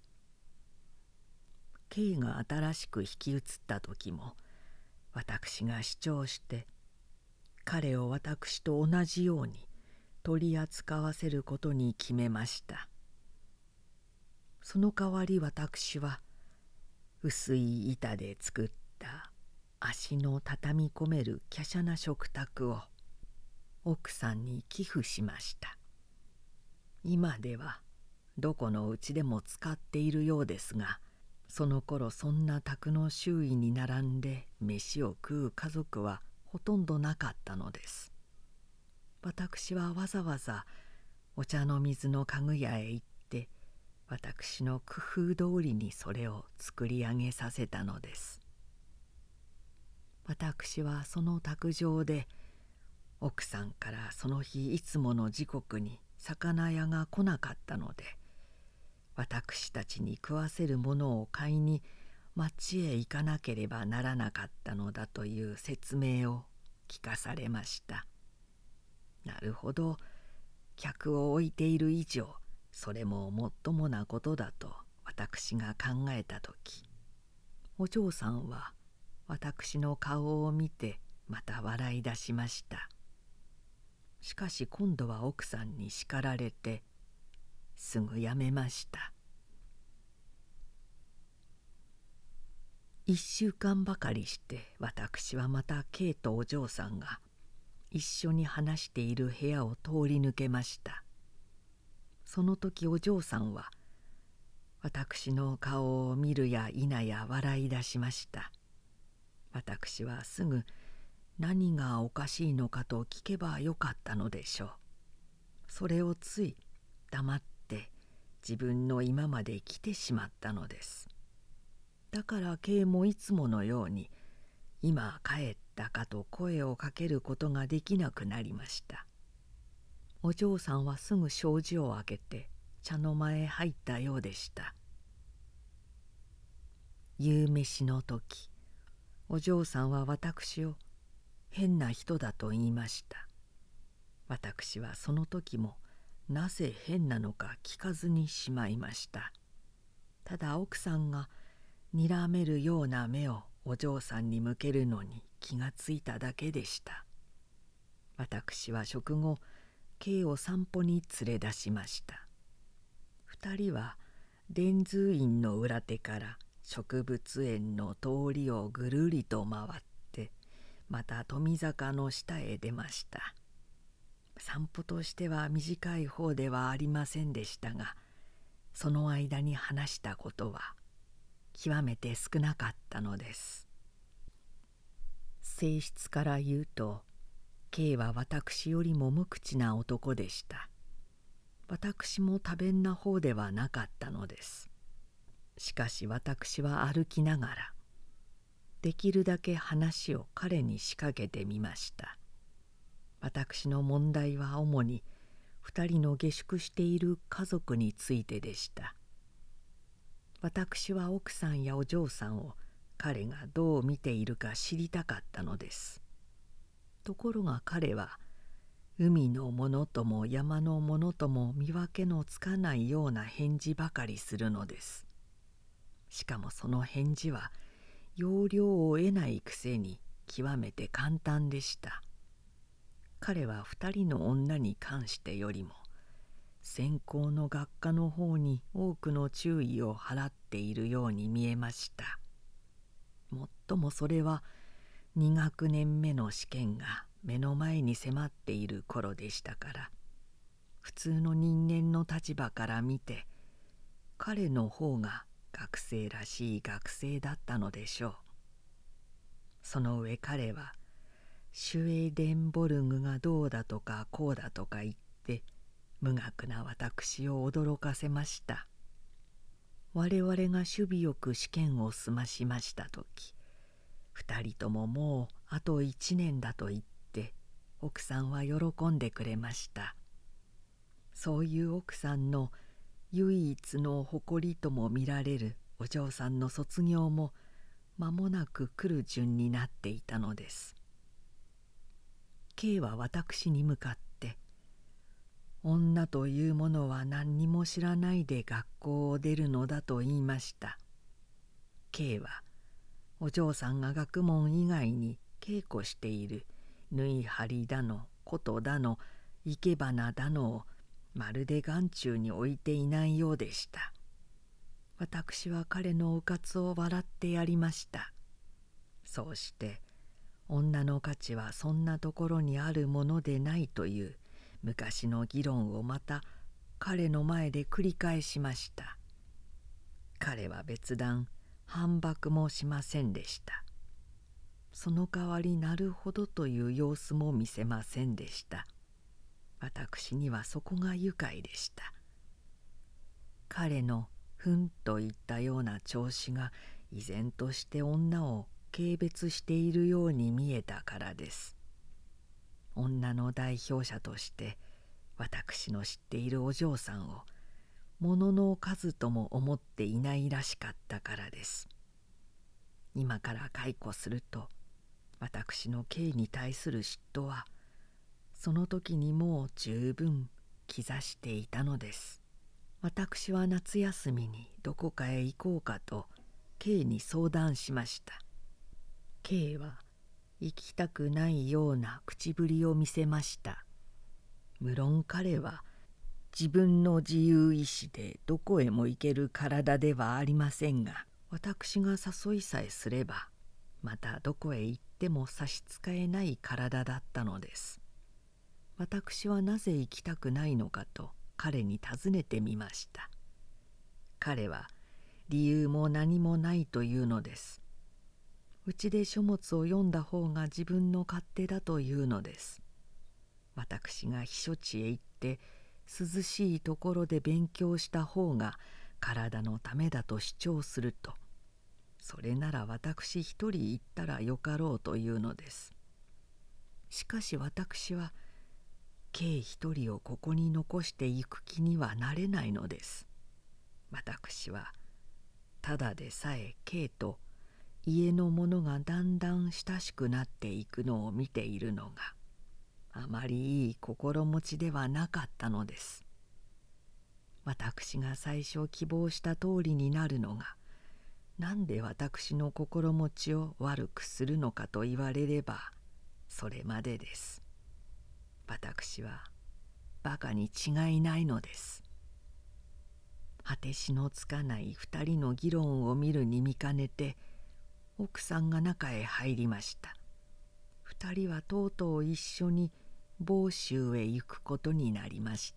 。Kが新しく引き移った時も、私が主張して彼を私と同じように取り扱わせることに決めました。その代わり私は薄い板で作った足の畳み込める華奢な食卓を奥さんに寄付しました。今ではどこのうちでも使っているようですが、その頃そんな宅の周囲に並んで飯を食う家族はほとんどなかったのです。私はわざわざお茶の水の家具屋へ行って私の工夫通りにそれを作り上げさせたのです。私はその卓上で奥さんからその日いつもの時刻に魚屋が来なかったので、私たちに食わせるものを買いに町へ行かなければならなかったのだという説明を聞かされました。なるほど、客を置いている以上それももっともなことだと私が考えたとき、お嬢さんは私の顔を見てまた笑い出しました。しかし今度は奥さんに叱られてすぐやめました。一週間ばかりして私はまたKとお嬢さんが一緒に話している部屋を通り抜けました。その時お嬢さんは私の顔を見るや否や笑い出しました。私はすぐ何がおかしいのかと聞けばよかったのでしょう。それをつい黙って自分の今まで来てしまったのです。だからKもいつものように今帰ったかと声をかけることができなくなりました。お嬢さんはすぐ障子を開けて茶の間へ入ったようでした。夕飯の時、お嬢さんは私を変な人だと言いました。私はその時もなぜ変なのか聞かずにしまいました。ただ奥さんが睨めるような目をお嬢さんに向けるのに気がついただけでした。私は食後Kを散歩に連れ出しました。二人は伝通院の裏手から植物園の通りをぐるりと回ってまた富坂の下へ出ました。 散歩としては短い方ではありませんでしたが、その間に話したことは極めて少なかったのです。性質から言うと K は私よりも無口な男でした。私も多弁な方ではなかったのです。しかし私は歩きながらできるだけ話を彼に仕掛けてみました。私の問題は主に二人の下宿している家族についてでした。私は奥さんやお嬢さんを彼がどう見ているか知りたかったのです。ところが彼は海のものとも山のものとも見分けのつかないような返事ばかりするのです。しかもその返事は要領を得ないくせに極めて簡単でした。彼は二人の女に関してよりも専攻の学科の方に多くの注意を払っているように見えました。もっともそれはに学年目の試験が目の前に迫っている頃でしたから、普通の人間の立場から見て彼の方が学生らしい学生だったのでしょう。その上彼はシュエーデンボルグがどうだとかこうだとか言って無学な私を驚かせました。我々が守備よく試験を済ましました時、二人とももうあと一年だと言って奥さんは喜んでくれました。そういう奥さんの唯一の誇りとも見られるお嬢さんの卒業も間もなく来る順になっていたのです。K は私に向かって「女というものは何にも知らないで学校を出るのだ」と言いました。K はお嬢さんが学問以外に稽古している縫い針だの琴だの生け花だのをまるで眼中に置いていないようでした。私は彼のうかつを笑ってやりました。そうして女の価値はそんなところにあるものでないという昔の議論をまた彼の前で繰り返しました。彼は別段反駁もしませんでした。その代わりなるほどという様子も見せませんでした。私にはそこが愉快でした。彼のふんといったような調子が依然として女を軽蔑しているように見えたからです。女の代表者として私の知っているお嬢さんをものの数とも思っていないらしかったからです。今から解雇すると私のKに対する嫉妬はその時にもう十分兆していたのです。私は夏休みにどこかへ行こうかとKに相談しました。Kは行きたくないような口ぶりを見せました。無論彼は自分の自由意志でどこへも行ける体ではありませんが、私が誘いさえすればまたどこへ行っても差し支えない体だったのです。私はなぜ行きたくないのかと彼に尋ねてみました。彼は理由も何もないというのです。うちで書物を読んだ方が自分の勝手だというのです。私が避暑地へ行って涼しいところで勉強した方が体のためだと主張すると、それなら私一人行ったらよかろうというのです。しかし私はK一人をここに残していく気にはなれないのです。私はただでさえKと家の者がだんだん親しくなっていくのを見ているのがあまりいい心持ちではなかったのです。私が最初希望した通りになるのがなんで私の心持ちを悪くするのかと言われればそれまでです。私はバカに違いないのです。果てしのつかない二人の議論を見るに見かねて奥さんが中へ入りました。二人はとうとう一緒に房州へ行くことになりました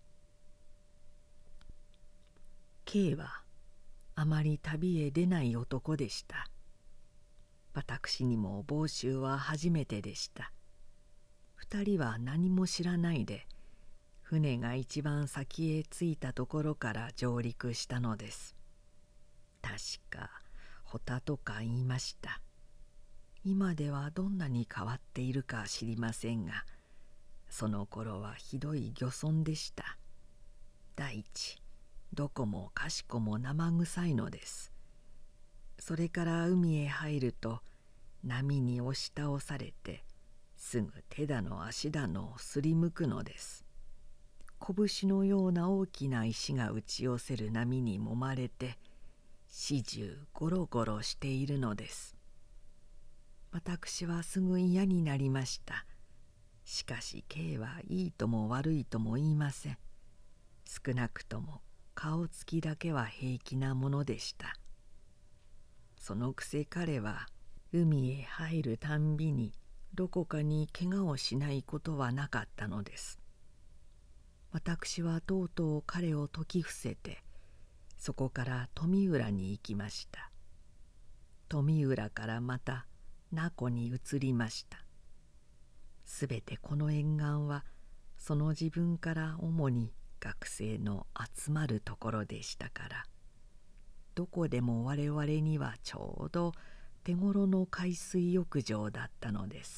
。K はあまり旅へ出ない男でした。私にも房州は初めてでした。二人は何も知らないで、船が一番先へ着いたところから上陸したのです。確かホタとか言いました。今ではどんなに変わっているか知りませんが、その頃はひどい漁村でした。第一、どこもかしこも生臭いのです。それから海へ入ると波に押し倒されて、すぐ手だの足だのをすりむくのです。拳のような大きな石が打ち寄せる波にもまれて、始終ゴロゴロしているのです。私はすぐ嫌になりました。しかし K はいいとも悪いとも言いません。少なくとも顔つきだけは平気なものでした。そのくせ彼は海へ入るたんびにどこかに怪我をしないことはなかったのです。私はとうとう彼を説き伏せて、そこから富浦に行きました。富浦からまた名湖に移りました。すべてこの沿岸はその自分から主に学生の集まるところでしたから、どこでも我々にはちょうど手頃の海水浴場だったのです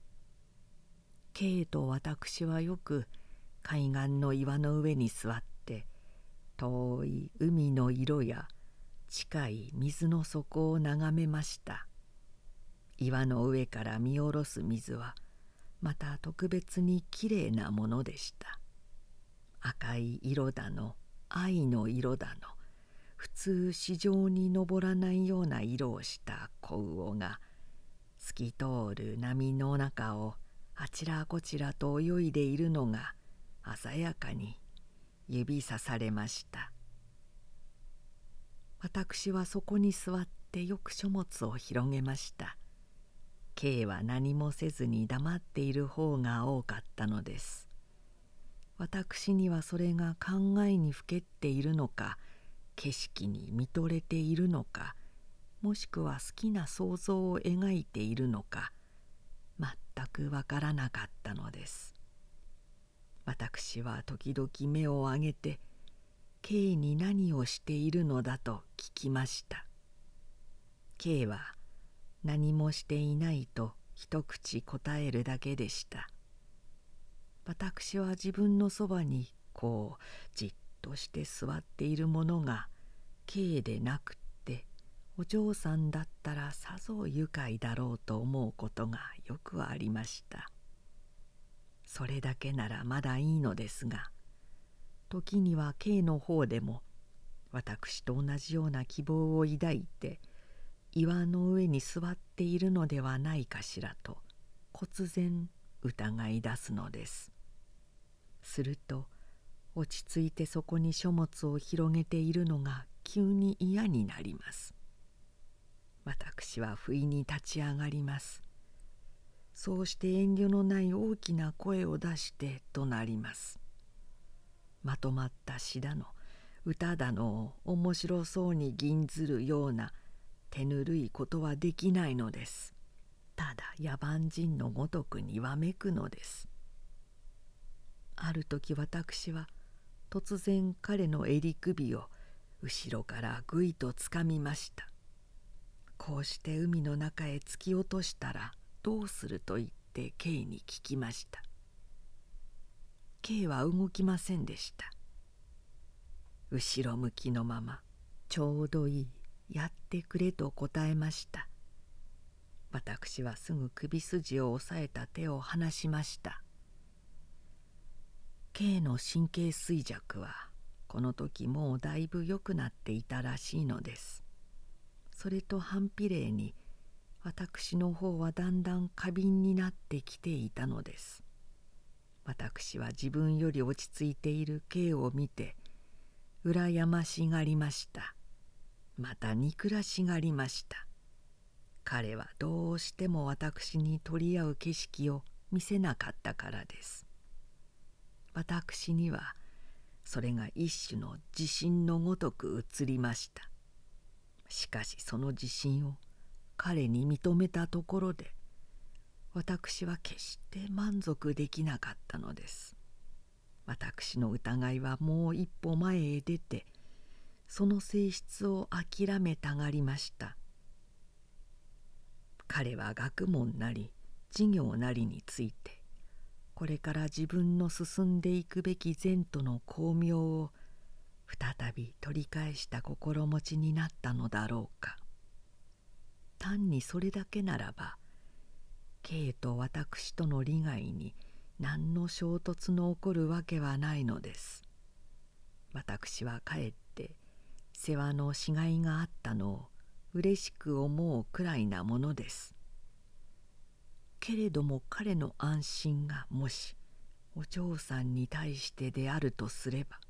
。K と私はよく海岸の岩の上に座って遠い海の色や近い水の底を眺めました。岩の上から見下ろす水はまた特別にきれいなものでした。赤い色だの藍の色だの、普通市場に上らないような色をした小魚が透き通る波の中をあちらこちらと泳いでいるのが鮮やかに指さされました。私はそこに座ってよく書物を広げました。K は何もせずに黙っている方が多かったのです。私にはそれが考えにふけっているのか、景色に見とれているのか、もしくは好きな想像を描いているのか、全くわからなかったのです。私は時々目を上げて K に何をしているのだと聞きました。K は何もしていないと一口答えるだけでした。私は自分のそばにこうじっとして座っているものが K でなくってお嬢さんだったらさぞ愉快だろうと思うことがよくありました。それだけならまだいいのですが、時には K の方でも私と同じような希望を抱いて岩の上に座っているのではないかしらと忽然疑い出すのです。すると落ち着いてそこに書物を広げているのが急に嫌になります。私は不意に立ち上がります。そうして遠慮のない大きな声を出して怒鳴ります。まとまった詩だの歌だのを面白そうに吟ずるような手ぬるいことはできないのです。ただ野蛮人のごとくにわめくのです。ある時私は突然彼の襟首を後ろからぐいとつかみました。こうして海の中へ突き落としたらどうすると言って K に聞きました。K は動きませんでした。後ろ向きのままちょうどいい、やってくれと答えました。私はすぐ首筋を押さえた手を離しました。K の神経衰弱はこの時もうだいぶ良くなっていたらしいのです。それと反比例に私の方はだんだん過敏になってきていたのです。私は自分より落ち着いている K を見て羨ましがりました。また憎らしがりました。彼はどうしても私に取り合う景色を見せなかったからです。私にはそれが一種の自信のごとく映りました。しかしその自信を彼に認めたところで、私は決して満足できなかったのです。私の疑いはもう一歩前へ出て、その性質を諦めたがりました。彼は学問なり事業なりについて、これから自分の進んでいくべき前途の巧妙を再び取り返した心持ちになったのだろうか。単にそれだけならば、Ｋと私との利害に何の衝突の起こるわけはないのです。私はかえって世話のしがいがあったのを嬉しく思うくらいなものです。けれども彼の安心がもしお嬢さんに対してであるとすれば、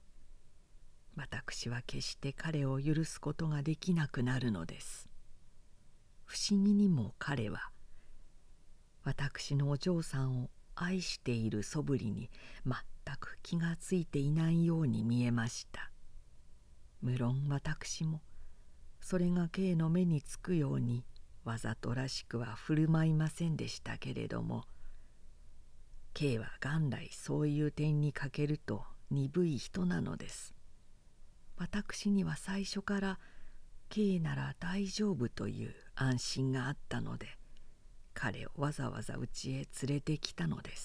私は決して彼を許すことができなくなるのです。不思議にも彼は私のお嬢さんを愛している素振りに全く気がついていないように見えました。無論私もそれが K の目につくようにわざとらしくは振る舞いませんでしたけれども、 K は元来そういう点に欠けると鈍い人なのです。私には最初から K なら大丈夫という安心があったので、彼をわざわざ家へ連れてきたのです。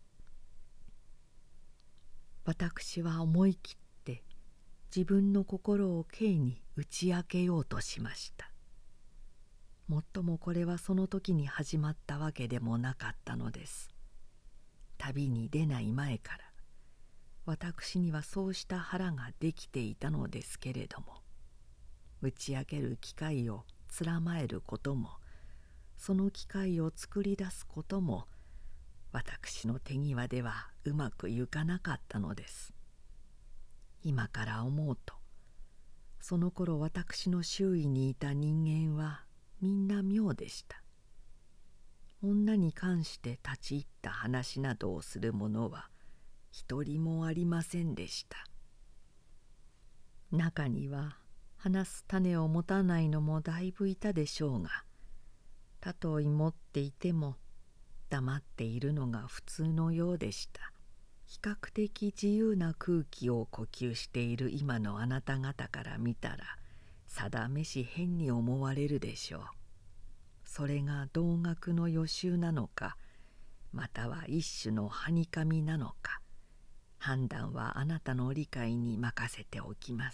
私は思い切って自分の心を K に打ち明けようとしました。もっともこれはその時に始まったわけでもなかったのです。旅に出ない前から私にはそうした腹ができていたのですけれども、打ち明ける機会をつらまえることも、その機会を作り出すことも、私の手際ではうまくいかなかったのです。今から思うと、その頃私の周囲にいた人間はみんな妙でした。女に関して立ち入った話などをする者は一人もありませんでした。中には話す種を持たないのもだいぶいたでしょうが、たとえ持っていても黙っているのが普通のようでした。比較的自由な空気を呼吸している今のあなた方から見たら、定めし変に思われるでしょう。それが同学の予習なのか、または一種のはにかみなのか、判断はあなたの理解に任せておきます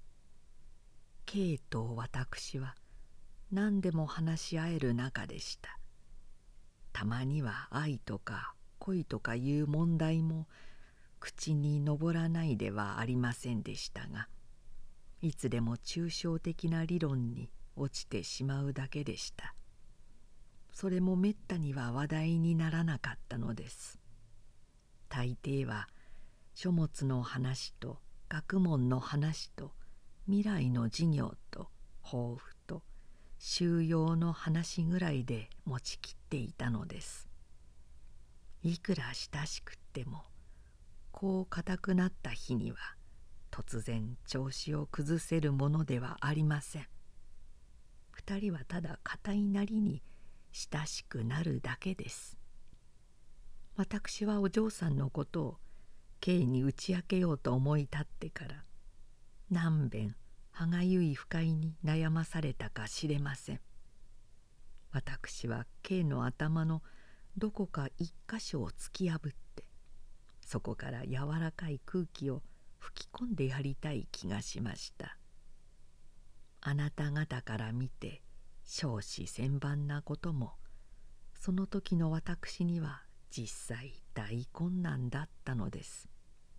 。K と私は何でも話し合える仲でした。たまには愛とか恋とかいう問題も口に上らないではありませんでしたが、いつでも抽象的な理論に落ちてしまうだけでした。それもめったには話題にならなかったのです。大抵は書物の話と学問の話と未来の事業と抱負と修養の話ぐらいで持ちきっていたのです。いくら親しくっても、こう固くなった日には突然調子を崩せるものではありません。二人はただ固いなりに親しくなるだけです。私はお嬢さんのことを K に打ち明けようと思い立ってから、何べん歯がゆい不快に悩まされたか知れません。私は K の頭のどこか一箇所を突き破って、そこから柔らかい空気を吹き込んでやりたい気がしました。あなた方から見て少子千万なことも、その時の私には実際大困難だったのです。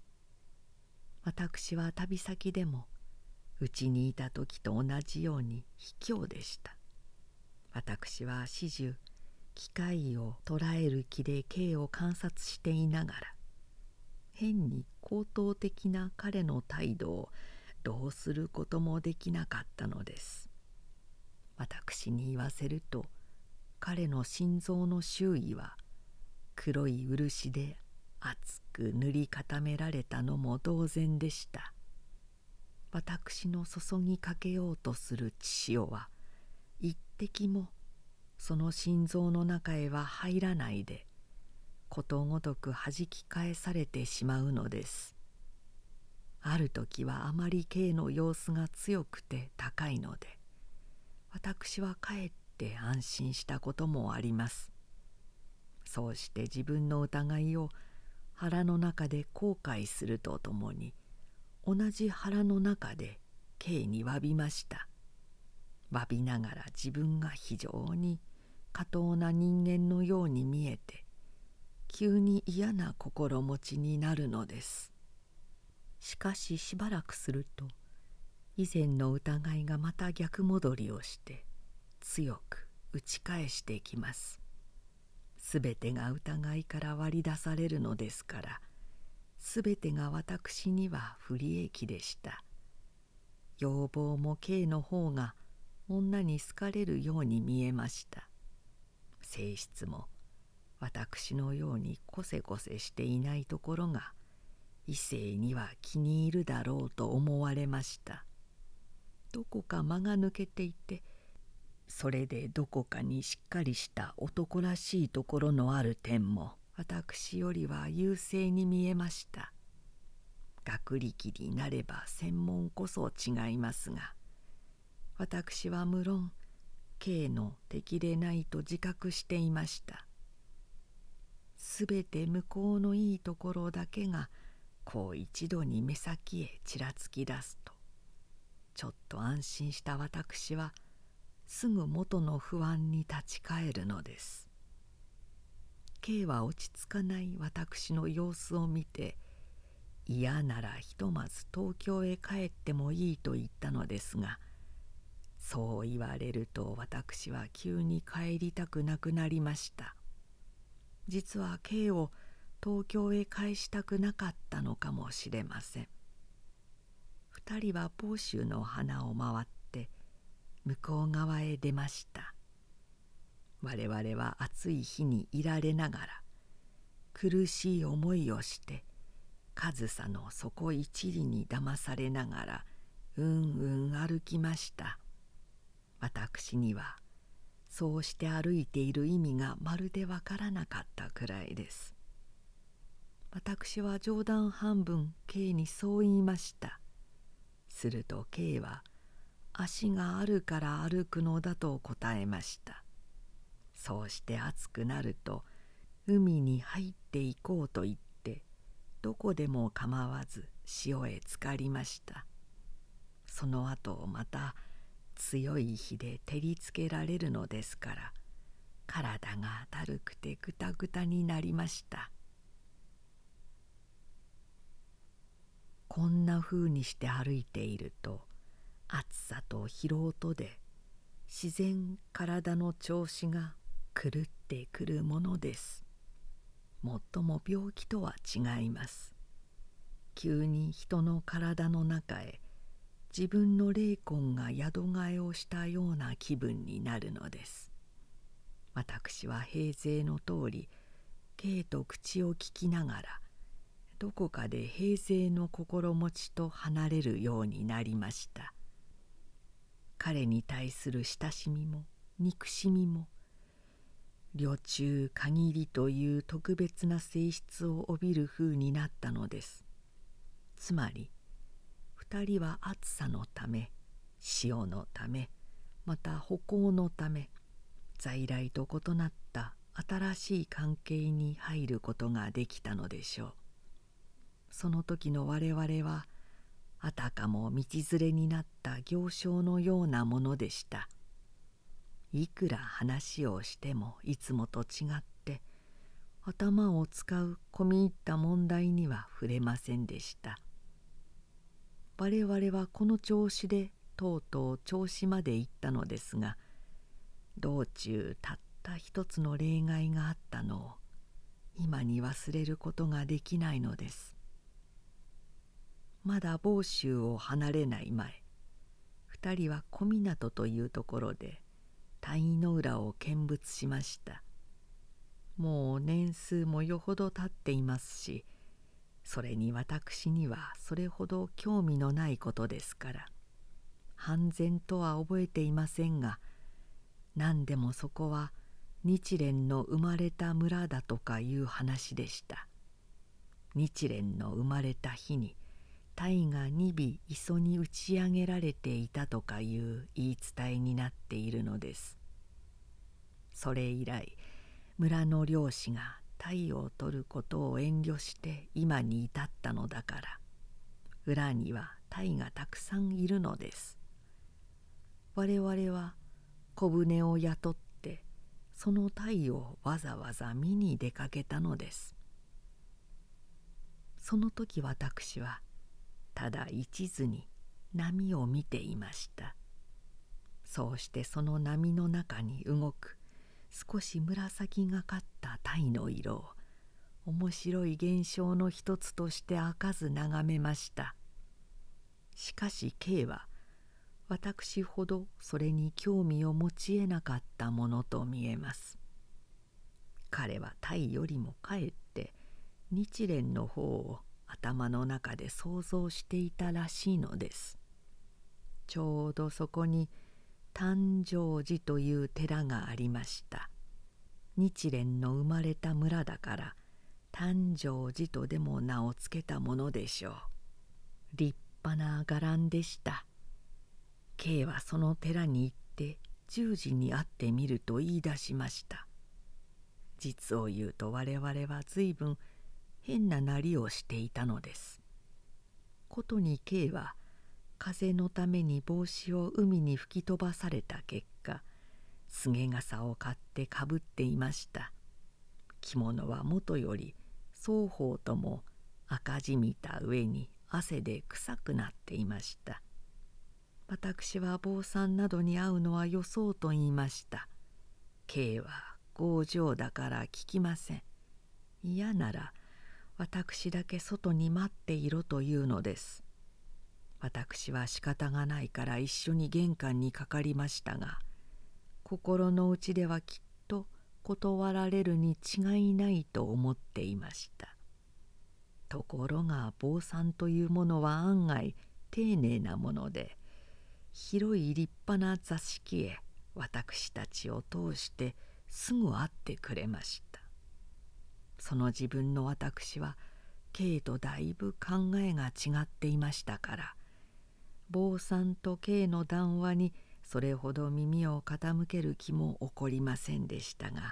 私は旅先でもうちにいた時と同じように卑怯でした。私は始終機会を捉える気で K を観察していながら、変に高等的な彼の態度をどうすることもできなかったのです。私に言わせると、彼の心臓の周囲は黒い漆で厚く塗り固められたのも同然でした。私の注ぎかけようとする血潮は一滴もその心臓の中へは入らないで、ことごとくはじき返されてしまうのです。ある時はあまり Ｋ の様子が強くて高いので、私はかえって安心したこともあります。そうして自分の疑いを腹の中で後悔するとともに、同じ腹の中で K に詫びました。詫びながら自分が非常に下等な人間のように見えて、急に嫌な心持ちになるのです。しかししばらくすると、以前の疑いがまた逆戻りをして強く打ち返してきます。すべてが疑いから割り出されるのですから、すべてが私には不利益でした。要望も K の方が女に好かれるように見えました。性質も私のようにこせこせしていないところが異性には気に入るだろうと思われました。どこか間が抜けていて、それでどこかにしっかりした男らしいところのある点も私よりは優勢に見えました。学力になれば専門こそ違いますが、私は無論 K の敵でないと自覚していました。すべて向こうのいいところだけがこう一度に目先へちらつき出すと、ちょっと安心した私はすぐ元の不安に立ち返るのです。K は落ち着かない私の様子を見て、嫌ならひとまず東京へ帰ってもいいと言ったのですが、そう言われると私は急に帰りたくなくなりました。実は K を東京へ帰したくなかったのかもしれません。二人は房州の花を回って向こう側へ出ました。我々は暑い日にいられながら苦しい思いをして上総の底一里に騙されながらうんうん歩きました。私にはそうして歩いている意味がまるでわからなかったくらいです。私は冗談半分 K にそう言いました。すると K は足があるから歩くのだと答えました。そうして暑くなると海に入っていこうと言ってどこでも構わず潮へ浸かりました。その後また強い火で照りつけられるのですから、体がだるくてぐたぐたになりました。こんなふうにして歩いていると、暑さと疲労とで自然体の調子が狂ってくるものです。もっとも病気とは違います。急に人の体の中へ自分の霊魂が宿替えをしたような気分になるのです。私は平勢の通り K と口を聞きながら、どこかで平勢の心持ちと離れるようになりました。彼に対する親しみも憎しみも、旅中限りという特別な性質を帯びる風になったのです。つまり二人は暑さのため、潮のため、また歩行のため、在来と異なった新しい関係に入ることができたのでしょう。その時の我々はあたかも道連れになった行商のようなものでした。いくら話をしてもいつもと違って頭を使う込み入った問題には触れませんでした。我々はこの調子でとうとう銚子まで行ったのですが、道中たった一つの例外があったのを今に忘れることができないのです。まだ房州を離れない前、二人は小湊というところで鯛の浦を見物しました。 もう年数もよほど経っていますし、それに私にはそれほど興味のないことですから判然とは覚えていませんが、何でもそこは日蓮の生まれた村だとかいう話でした。日蓮の生まれた日に鯛がに尾磯に打ち上げられていたとかいう言い伝えになっているのです。それ以来村の漁師が鯛を取ることを遠慮して今に至ったのだから、裏には鯛がたくさんいるのです。我々は小舟を雇ってその鯛をわざわざ見に出かけたのです。その時私はただ一途に波を見ていました。そうしてその波の中に動く少し紫がかった鯛の色を面白い現象の一つとして開かず眺めました。しかし K は私ほどそれに興味を持ち得なかったものと見えます。彼は鯛よりもかえって日蓮の方を頭の中で想像していたらしいのです。ちょうどそこに誕生寺という寺がありました。日蓮の生まれた村だから誕生寺とでも名を付けたものでしょう。立派な伽藍でした。K はその寺に行って十時に会ってみると言い出しました。実を言うと我々は随分変ななりをしていたのです。ことに K は風のために帽子を海に吹き飛ばされた結果、すげ傘を買ってかぶっていました。着物はもとより双方とも赤じみた上に汗で臭くなっていました。私は坊さんなどに会うのはよそうと言いました。K は強情だから聞きません。嫌なら私だけ外に待っていろというのです。私は仕方がないから一緒に玄関にかかりましたが、心の内ではきっと断られるに違いないと思っていました。ところが坊さんというものは案外丁寧なもので、広い立派な座敷へ私たちを通してすぐ会ってくれました。その自分の私は K とだいぶ考えが違っていましたから、坊さんと K の談話にそれほど耳を傾ける気も起こりませんでしたが、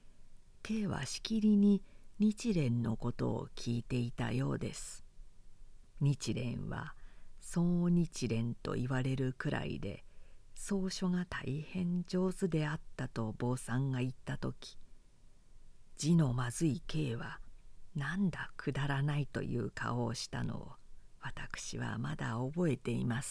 K はしきりに日蓮のことを聞いていたようです。日蓮は宋日蓮と言われるくらいで草書が大変上手であったと坊さんが言った時、字のまずい K はなんだくだらないという顔をしたのを私はまだ覚えています。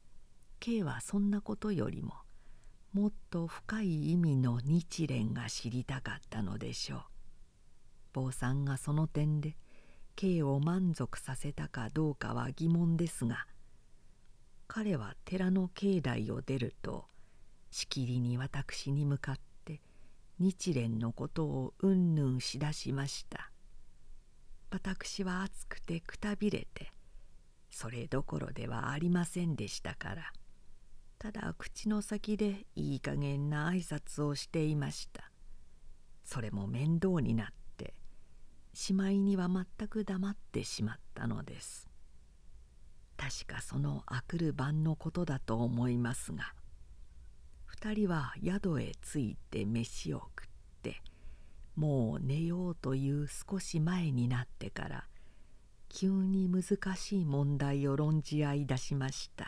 K はそんなことよりももっと深い意味の日蓮が知りたかったのでしょう。坊さんがその点で K を満足させたかどうかは疑問ですが、彼は寺の境内を出るとしきりに私に向かって日蓮のことをうんぬんしだしました。私は熱くてくたびれてそれどころではありませんでしたから、ただ口の先でいい加減な挨拶をしていました。それも面倒になってしまいには全く黙ってしまったのです。確かそのあくる晩のことだと思いますが、二人は宿へ着いて飯を食ってもう寝ようという少し前になってから急に難しい問題を論じ合い出しました。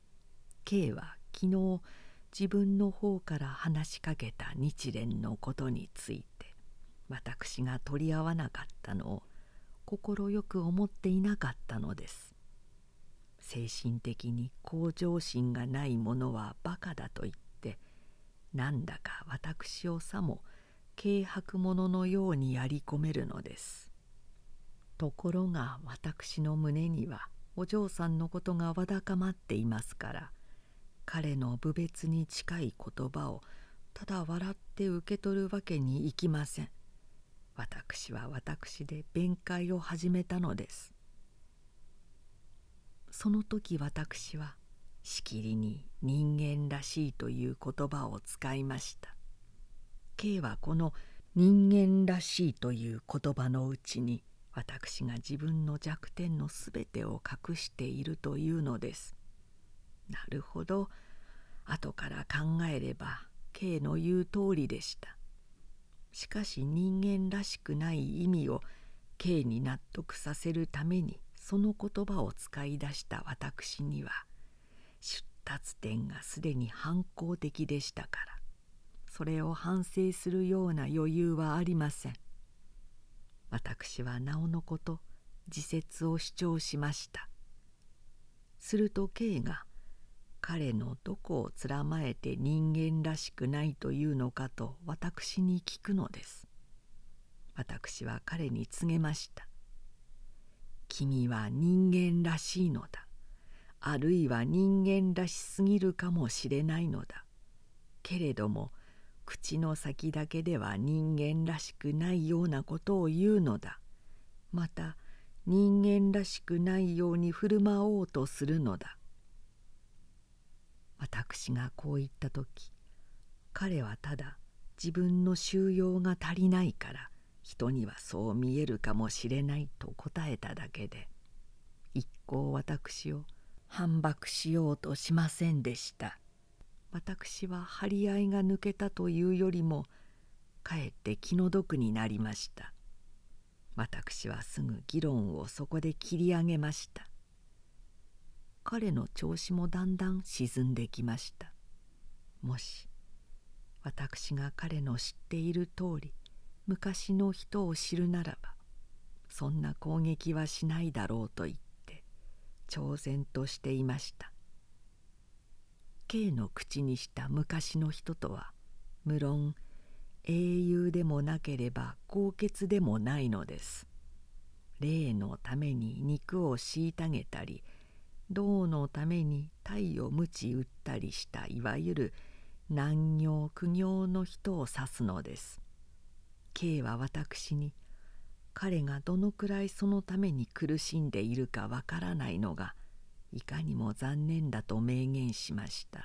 K は昨日自分の方から話しかけた日蓮のことについて私が取り合わなかったのを快く思っていなかったのです。精神的に向上心がない者はバカだと言ってなんだか私をさも軽薄者のようにやり込めるのです。ところが私の胸にはお嬢さんのことがわだかまっていますから、彼の侮蔑に近い言葉をただ笑って受け取るわけにいきません。 私は私で弁解を始めたのです。その時私はしきりに人間らしいという言葉を使いました。K はこの人間らしいという言葉のうちに私が自分の弱点のすべてを隠しているというのです。なるほど、後から考えれば K の言う通りでした。しかし人間らしくない意味を K に納得させるためにその言葉を使い出した私には出立点がすでに反抗的でしたから、それを反省するような余裕はありません。私はなおのこと自説を主張しました。すると K が彼のどこをつらまえて人間らしくないというのかと私に聞くのです。私は彼に告げました。君は人間らしいのだ。あるいは人間らしすぎるかもしれないのだ。けれども口の先だけでは人間らしくないようなことを言うのだ。また人間らしくないように振る舞おうとするのだ。私がこう言った時、彼はただ自分の修養が足りないから人にはそう見えるかもしれないと答えただけで、一向私を反駁しようとしませんでした。私は張り合いが抜けたというよりもかえって気の毒になりました。私はすぐ議論をそこで切り上げました。彼の調子もだんだん沈んできました。もし私が彼の知っている通り昔の人を知るならば、そんな攻撃はしないだろうと言って挑然としていました。K の口にした昔の人とは無論英雄でもなければ豪傑でもないのです。霊のために肉を虐げたり、銅のために鯛を鞭打ったりしたいわゆる難行苦行の人を指すのです。K は私に彼がどのくらいそのために苦しんでいるかわからないのがいかにも残念だと明言しました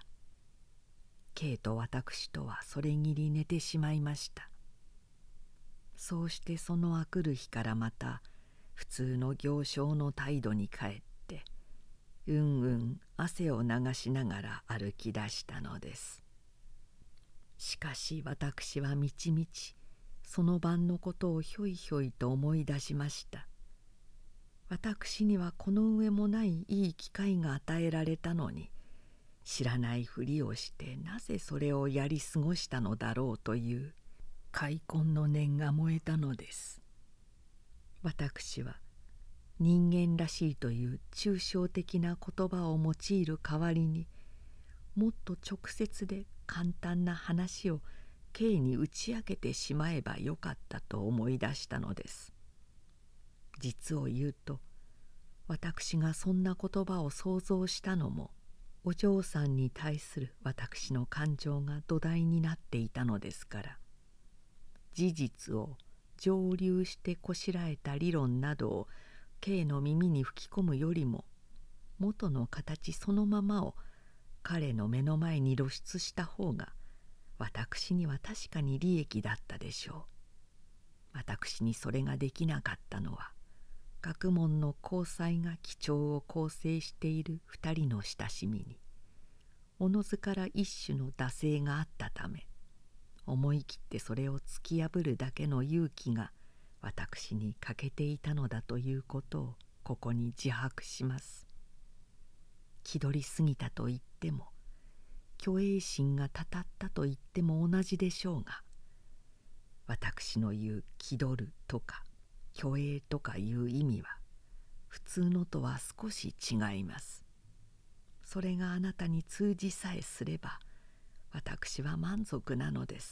。K と私とはそれぎり寝てしまいました。そうしてそのあくる日からまた普通の行商の態度に帰ってうんうん汗を流しながら歩き出したのです。しかし私はみちみちその晩のことをひょいひょいと思い出しました。私にはこの上もないいい機会が与えられたのに、知らないふりをしてなぜそれをやり過ごしたのだろうという悔恨の念が燃えたのです。私は人間らしいという抽象的な言葉を用いる代わりに、もっと直接で簡単な話を K に打ち明けてしまえばよかったと思い出したのです。実を言うと、私がそんな言葉を想像したのもお嬢さんに対する私の感情が土台になっていたのですから、事実を蒸留してこしらえた理論などを K の耳に吹き込むよりも、元の形そのままを彼の目の前に露出した方が私には確かに利益だったでしょう。私にそれができなかったのは、学問の交際が基調を構成している二人の親しみにおのずから一種の惰性があったため、思い切ってそれを突き破るだけの勇気が私に欠けていたのだということをここに自白します。気取りすぎたと言っても、虚栄心がたたったと言っても同じでしょうが、私の言う気取るとか虚栄とかいう意味は普通のとは少し違います。それがあなたに通じさえすれば私は満足なのです。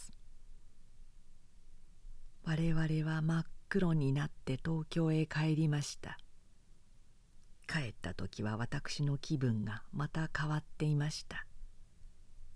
我々は真っ黒になって東京へ帰りました。帰った時は私の気分がまた変わっていました。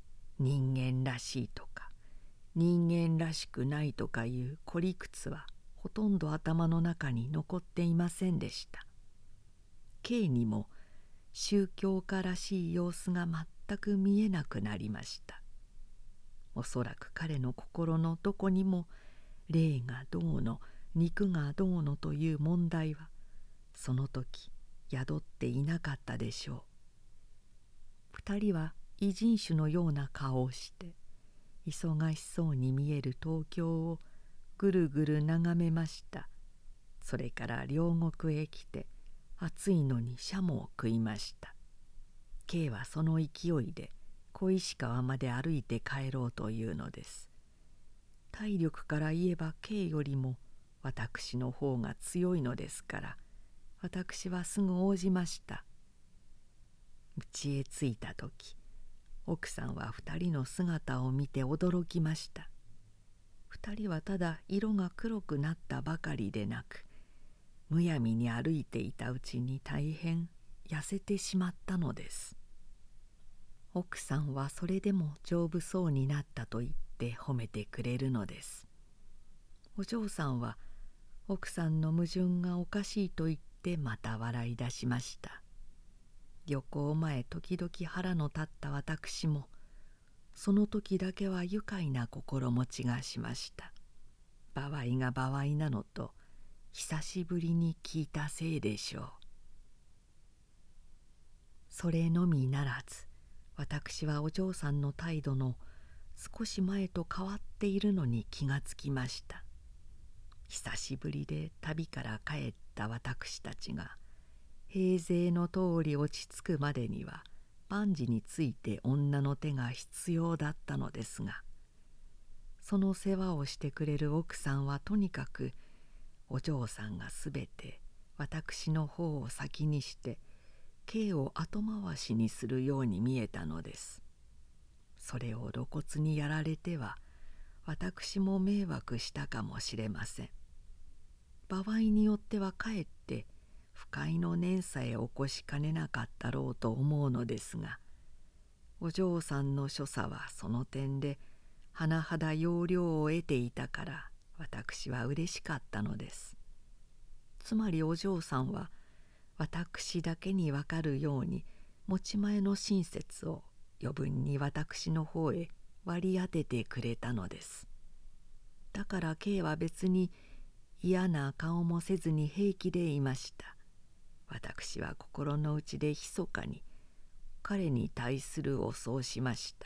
人間らしいとか人間らしくないとかいう孤理屈はほとんど頭の中に残っていませんでした。Ｋにも宗教家らしい様子が全く見えなくなりました。おそらく彼の心のどこにも霊がどうの肉がどうのという問題はその時宿っていなかったでしょう。二人は異人種のような顔をして忙しそうに見える東京をぐるぐる眺めました。それから両国へ来て暑いのにシャモを食いました。Kはその勢いで小石川まで歩いて帰ろうというのです。体力から言えば K よりも私の方が強いのですから、私はすぐ応じました。家へ着いた時、奥さんは二人の姿を見て驚きました。二人はただ色が黒くなったばかりでなく、むやみに歩いていたうちに大変痩せてしまったのです。奥さんはそれでも丈夫そうになったと言って褒めてくれるのです。お嬢さんは奥さんの矛盾がおかしいと言ってまた笑い出しました。旅行前時々腹の立った私もその時だけは愉快な心持ちがしました。場合が場合なのと久しぶりに聞いたせいでしょう。それのみならず、私はお嬢さんの態度の少し前と変わっているのに気がつきました。久しぶりで旅から帰った私たちが平勢の通り落ち着くまでには万事について女の手が必要だったのですが、その世話をしてくれる奥さんはとにかくお嬢さんがすべて私の方を先にしてKを後回しにするように見えたのです。それを露骨にやられては私も迷惑したかもしれません。場合によってはかえって不快の念さえ起こしかねなかったろうと思うのですが、お嬢さんの所作はその点で甚だ要領を得ていたから私は嬉しかったのです。つまりお嬢さんは私だけにわかるように持ち前の親切を余分に私の方へ割り当ててくれたのです。だから K は別に嫌な顔もせずに平気でいました。私は心の内で密かに彼に対するをそうしました。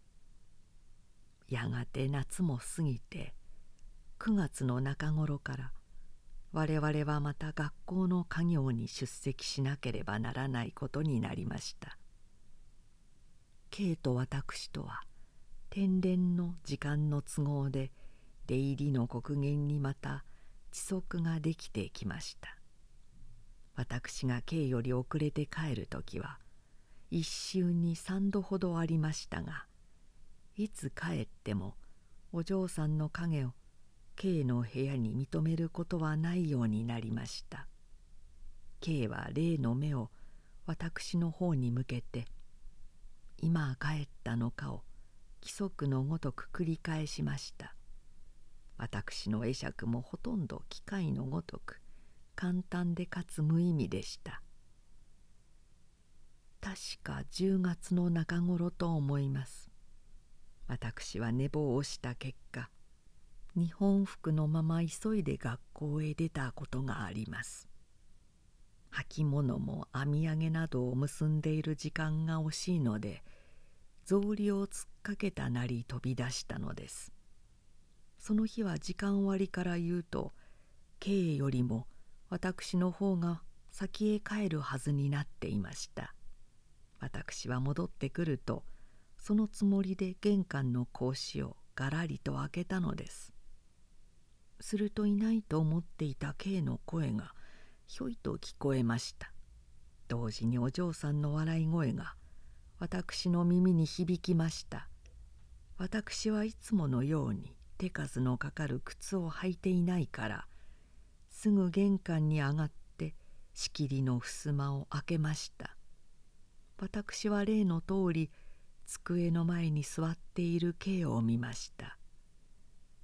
やがて夏も過ぎてくがつの中頃から我々はまた学校の家業に出席しなければならないことになりました。Kと私とは天然の時間の都合で出入りの刻限にまた遅足ができてきました。私が K より遅れて帰る時は一週に三度ほどありましたが、いつ帰ってもお嬢さんの影をK の部屋に認めることはないようになりました。K は例の目を私の方に向けて「今帰ったのか」を規則のごとく繰り返しました。私の会釈もほとんど機械のごとく簡単でかつ無意味でした。確かじゅうがつの中頃と思います。私は寝坊をした結果、日本服のまま急いで学校へ出たことがあります。履物も編み上げなどを結んでいる時間が惜しいので、草履を突っかけたなり飛び出したのです。その日は時間割から言うと K よりも私の方が先へ帰るはずになっていました。私は戻ってくるとそのつもりで玄関の格子をがらりと開けたのです。するといないと思っていた K の声がひょいと聞こえました。同時にお嬢さんの笑い声が私の耳に響きました。私はいつものように手数のかかる靴を履いていないからすぐ玄関に上がって仕切りの襖を開けました。私は例の通り机の前に座っている K を見ました。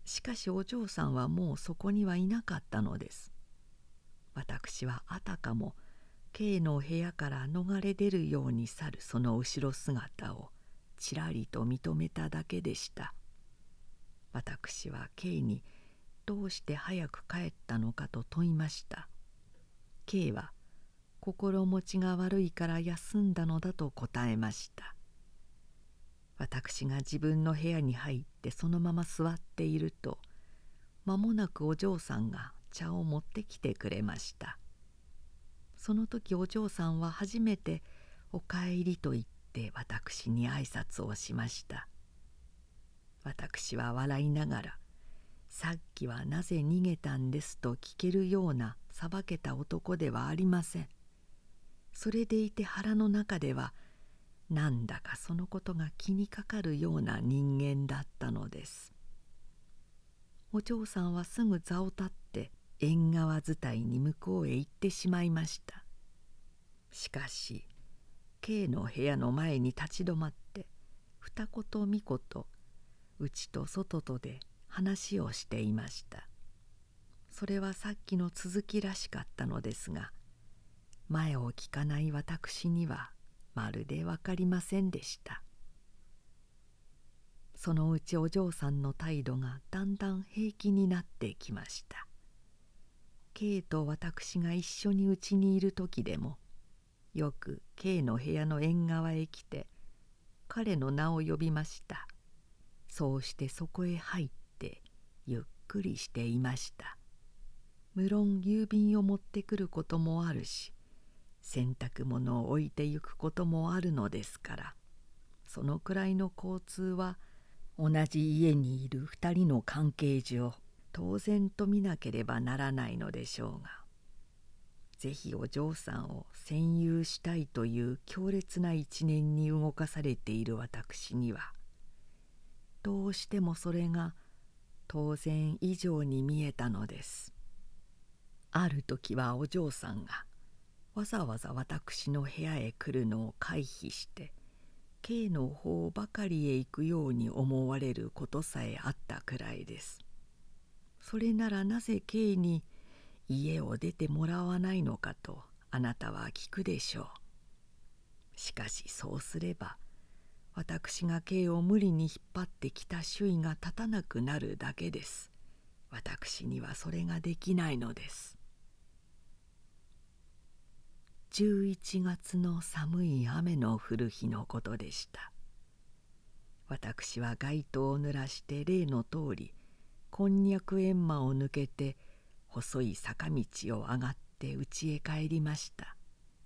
しかしお嬢さんはもうそこにはいなかったのです。私はあたかも K の部屋から逃れ出るように去るその後ろ姿をちらりと認めただけでした。私は K にどうして早く帰ったのかと問いました。K は心持ちが悪いから休んだのだと答えました。私が自分の部屋に入ってそのまま座っていると、間もなくお嬢さんが茶を持ってきてくれました。その時お嬢さんは初めて「おかえり」と言って私に挨拶をしました。私は笑いながら「さっきはなぜ逃げたんです」と聞けるようなさばけた男ではありません。それでいて腹の中ではなんだかそのことが気にかかるような人間だったのです。お嬢さんはすぐ座を立って縁側伝いに向こうへ行ってしまいました。しかし K の部屋の前に立ち止まって二言三言内と外とで話をしていました。それはさっきの続きらしかったのですが、前を聞かない私にはまるで分かりませんでした。そのうちお嬢さんの態度がだんだん平気になってきました。K と私が一緒にうちにいる時でもよく K の部屋の縁側へ来て彼の名を呼びました。そうしてそこへ入ってゆっくりしていました。無論郵便を持ってくることもあるし、洗濯物を置いてゆくこともあるのですから、そのくらいの交通は同じ家にいる二人の関係上当然と見なければならないのでしょうが、ぜひお嬢さんを占有したいという強烈な一念に動かされている私には、どうしてもそれが当然以上に見えたのです。ある時はお嬢さんがわざわざ私の部屋へ来るのを回避して K の方ばかりへ行くように思われることさえあったくらいです。それならなぜ K に家を出てもらわないのかとあなたは聞くでしょう。しかしそうすれば私が K を無理に引っ張ってきた首位が立たなくなるだけです。私にはそれができないのです。じゅういちがつの寒い雨の降る日のことでした。私は街灯を濡らして例の通りこんにゃく閻魔を抜けて細い坂道を上がって家へ帰りました。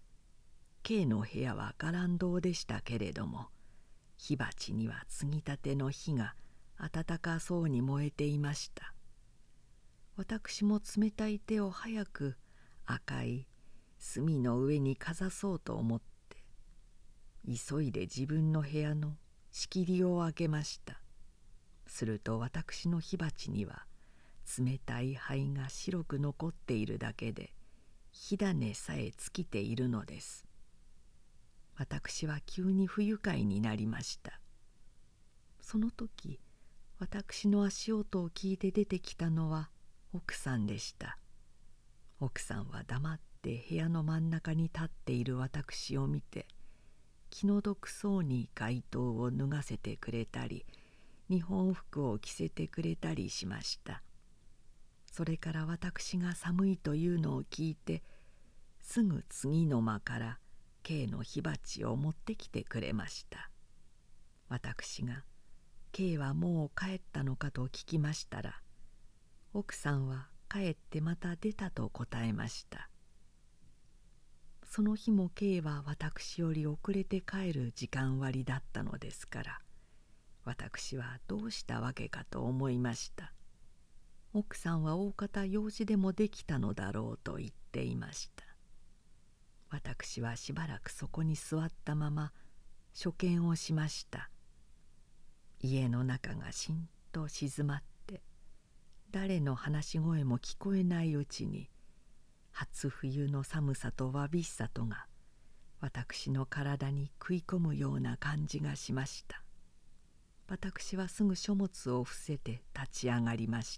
K の部屋は伽藍堂でしたけれども、火鉢には継ぎたての火が温かそうに燃えていました。私も冷たい手を早く赤い炭の上にかざそうと思って急いで自分の部屋の仕切りを開けました。すると私の火鉢には冷たい灰が白く残っているだけで火種さえ尽きているのです。私は急に不愉快になりました。その時私の足音を聞いて出てきたのは奥さんでした。奥さんは黙って部屋の真ん中に立っている私を見て気の毒そうに街灯を脱がせてくれたり日本服を着せてくれたりしました。それから私が寒いというのを聞いてすぐ次の間から K の火鉢を持ってきてくれました。私が K はもう帰ったのかと聞きましたら、奥さんは帰ってまた出たと答えました。その日も K は私より遅れて帰る時間割だったのですから、私はどうしたわけかと思いました。奥さんは大方用事でもできたのだろうと言っていました。私はしばらくそこに座ったまま初見をしました。家の中がしんと静まって誰の話し声も聞こえないうちに初冬の寒さとわびしさとが私の体に食い込むような感じがしました。 私はすぐ書物を伏せて立ち上がりました。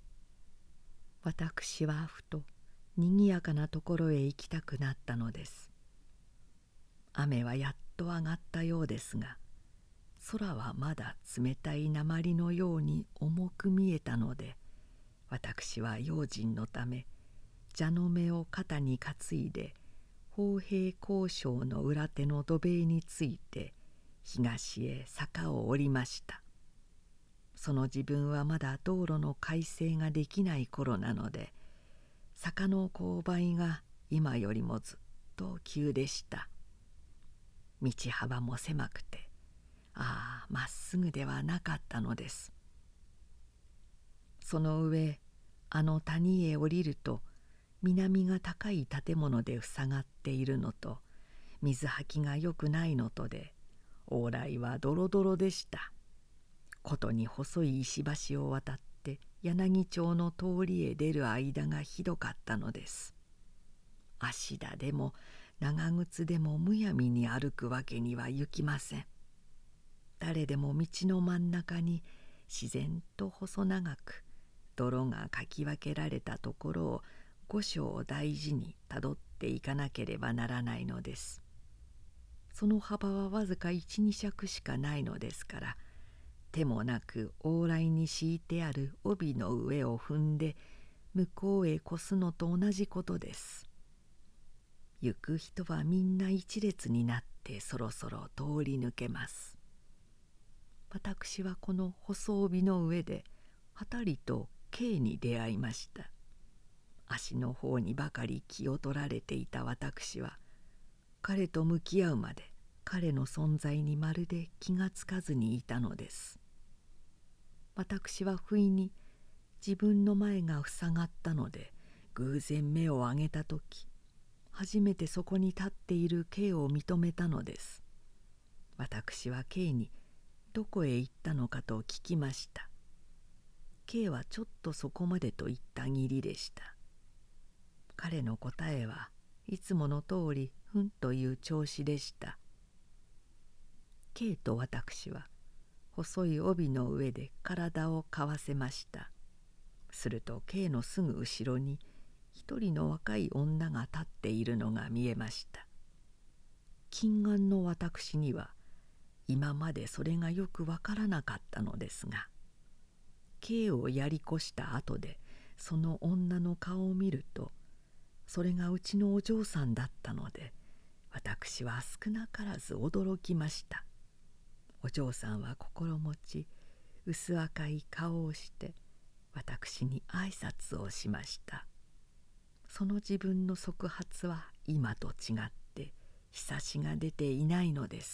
私はふとにぎやかなところへ行きたくなったのです。雨はやっと上がったようですが、空はまだ冷たい鉛のように重く見えたので、私は用心のため蛇の目を肩に担いで砲兵交渉の裏手の土塀について東へ坂を下りました。その自分はまだ道路の改正ができない頃なので、坂の勾配が今よりもずっと急でした。道幅も狭くて、ああまっすぐではなかったのです。その上、あの谷へ降りると南が高い建物で塞がっているのと水はきがよくないのとで、往来はドロドロでした。ことに細い石橋を渡って柳町の通りへ出る間がひどかったのです。足田でも長靴でもむやみに歩くわけにはいきません。誰でも道の真ん中に自然と細長く泥がかき分けられたところを五章大事にたどっていかなければならないのです。その幅はわずか一二尺しかないのですから、手もなく往来に敷いてある帯の上を踏んで向こうへ越すのと同じことです。行く人はみんな一列になってそろそろ通り抜けます。私はこの細帯の上ではたりと K に出会いました。足の方にばかり気を取られていた私は、彼と向き合うまで彼の存在にまるで気がつかずにいたのです。私は不意に自分の前が塞がったので、偶然目を上げたとき、初めてそこに立っている K を認めたのです。私は K にどこへ行ったのかと聞きました。K はちょっとそこまでと言った義理でした。彼の答えはいつもの通りふんという調子でした。K と私は細い帯の上で体を交わせました。すると K のすぐ後ろに一人の若い女が立っているのが見えました。近眼の私には今までそれがよくわからなかったのですが、K をやり越した後でその女の顔を見ると、それがうちのお嬢さんだったので、私は少なからず驚きました。お嬢さんは心持ち薄赤い顔をして私に挨拶をしました。その自分の側髪は今と違ってひさしが出ていないのです。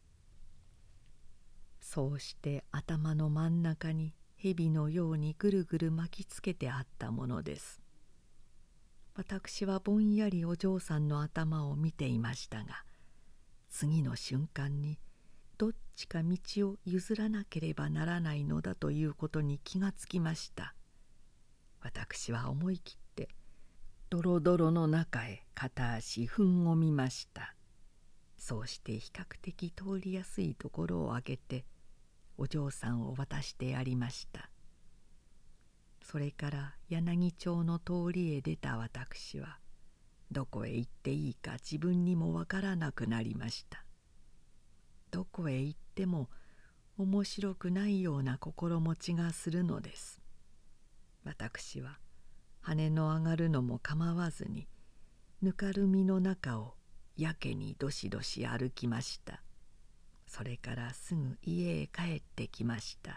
そうして頭の真ん中に蛇のようにぐるぐる巻きつけてあったものです。私はぼんやりお嬢さんの頭を見ていましたが、次の瞬間にどっちか道を譲らなければならないのだということに気がつきました。私は思い切ってドロドロの中へ片足踏ん込みました。そうして比較的通りやすいところを開けてお嬢さんを渡してやりました。それから柳町の通りへ出た私は、どこへ行っていいか自分にもわからなくなりました。どこへ行っても面白くないような心持ちがするのです。私は羽の上がるのも構わずにぬかるみの中をやけにどしどし歩きました。それからすぐ家へ帰ってきました。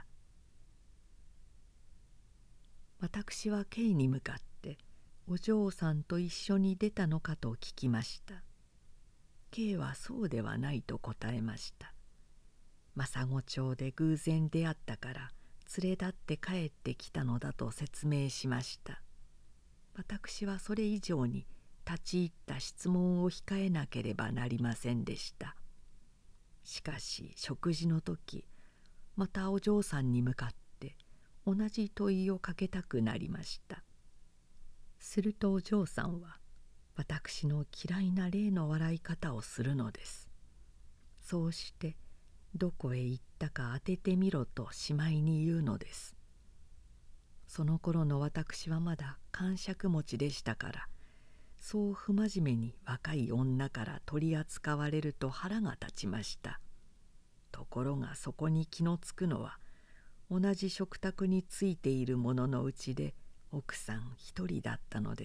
私は K に向かってお嬢さんと一緒に出たのかと聞きました。K はそうではないと答えました。政子町で偶然出会ったから連れ立って帰ってきたのだと説明しました。私はそれ以上に立ち入った質問を控えなければなりませんでした。しかし食事の時、またお嬢さんに向かって同じ問いをかけたくなりました。するとお嬢さんは私の嫌いな例の笑い方をするのです。そうしてどこへ行ったか当ててみろとしまいに言うのです。その頃の私はまだ癇癪持ちでしたから、そう不真面目に若い女から取り扱われると腹が立ちました。ところがそこに気のつくのは、同じ食卓についている者のうちで奥さん一人だったのです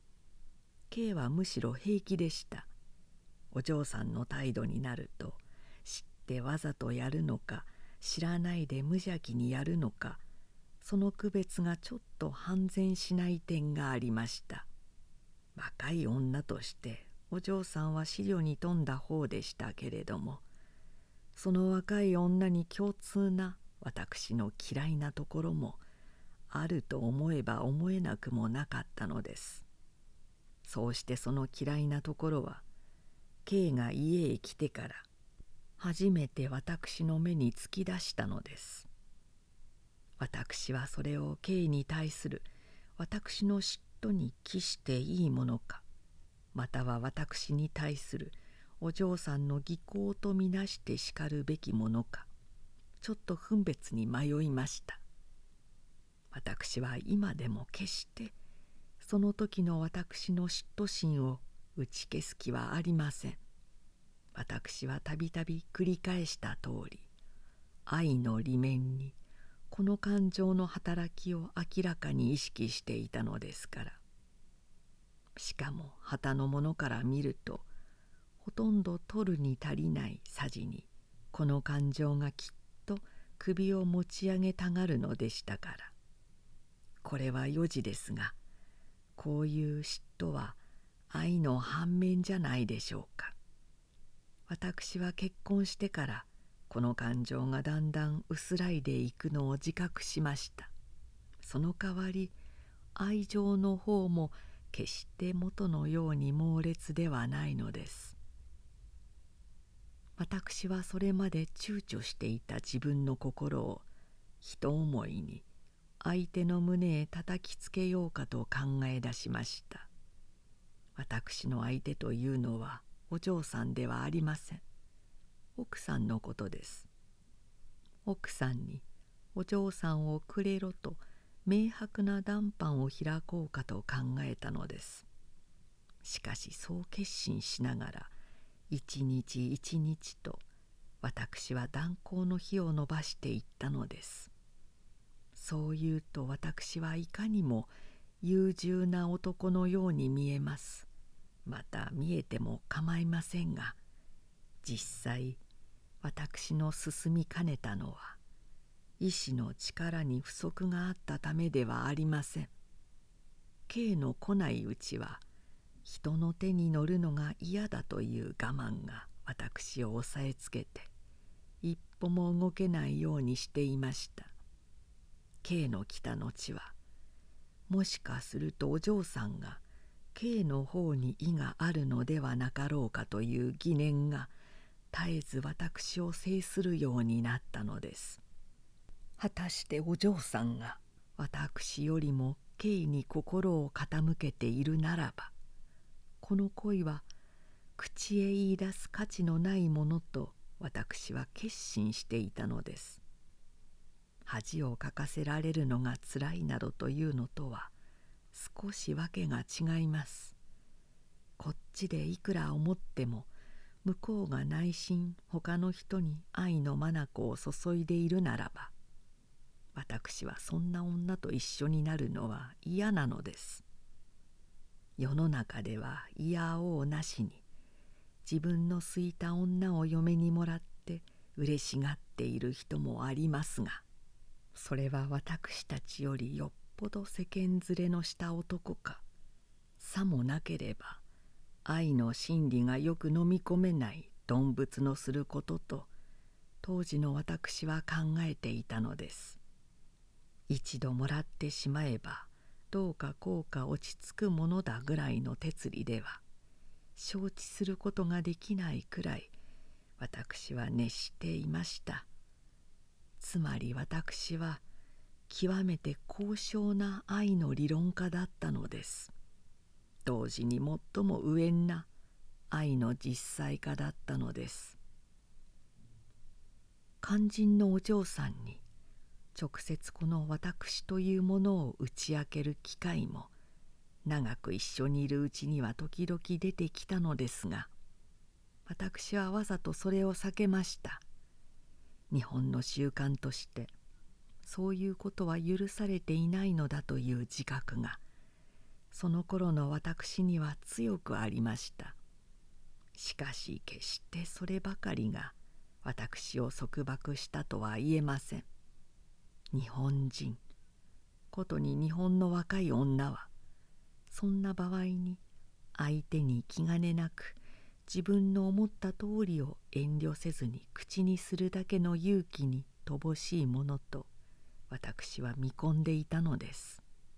。Ｋはむしろ平気でした。お嬢さんの態度になると、知ってわざとやるのか、知らないで無邪気にやるのか、その区別がちょっと判然しない点がありました。若い女としてお嬢さんは思慮に富んだ方でしたけれども、その若い女に共通な私の嫌いなところもあると思えば思えなくもなかったのです。そうしてその嫌いなところは K が家へ来てから初めて私の目に突き出したのです。私はそれを K に対する私の嫉妬に帰していいものか、または私に対するお嬢さんの技巧とみなしてしかるべきものか、ちょっと分別に迷いました。私は今でも決してその時の私の嫉妬心を打ち消す気はありません。私はたびたび繰り返した通り、愛の裏面にこの感情の働きを明らかに意識していたのですから。しかも旗の者から見ると、ほとんど取るに足りないさじにこの感情がきっと首を持ち上げたがるのでしたから。これは余事ですが、こういう嫉妬は愛の反面じゃないでしょうか。私は結婚してからこの感情がだんだん薄らいでいくのを自覚しました。その代わり愛情の方も決して元のように猛烈ではないのです。私はそれまで躊躇していた自分の心を一思いに相手の胸へ叩きつけようかと考え出しました。私の相手というのはお嬢さんではありません。奥さんのことです。奥さんにお嬢さんをくれろと明白な談判を開こうかと考えたのです。しかしそう決心しながら一日一日と私は断行の日を延ばしていったのです。そう言うと私はいかにも優柔な男のように見えます。また見えても構いませんが、実際私の進みかねたのは意志の力に不足があったためではありません。Kの来ないうちは人の手に乗るのが嫌だという我慢が私を押さえつけて一歩も動けないようにしていました。Kの来た後はもしかするとお嬢さんが K の方に意があるのではなかろうかという疑念が絶えず私を制するようになったのです。果たしてお嬢さんが私よりも K に心を傾けているならば、この恋は口へ言い出す価値のないものと私は決心していたのです。恥をかかせられるのがつらいなどというのとは少しわけが違います。こっちでいくら思っても向こうが内心他の人に愛の眼を注いでいるならば、私はそんな女と一緒になるのは嫌なのです。世の中ではいやおうなしに自分の好いた女を嫁にもらって嬉しがっている人もありますが、それは私たちよりよっぽど世間連れのした男か、さもなければ愛の真理がよく飲み込めない鈍物のすることと当時の私は考えていたのです。一度もらってしまえばどうかこうか落ち着くものだぐらいの哲理では承知することができないくらい私は熱していました。つまり私は極めて高尚な愛の理論家だったのです。同時に最も無縁な愛の実際家だったのです。 肝心のお嬢さんに直接この私というものを打ち明ける機会も長く一緒にいるうちには時々出てきたのですが、私はわざとそれを避けました。日本の習慣としてそういうことは許されていないのだという自覚がその頃の私には強くありました。しかし決してそればかりが私を束縛したとは言えません。日本人、ことに日本の若い女はそんな場合に相手に気兼ねなく自分の思った通りを遠慮せずに口にするだけの勇気に乏しいものと私は見込んでいたのです。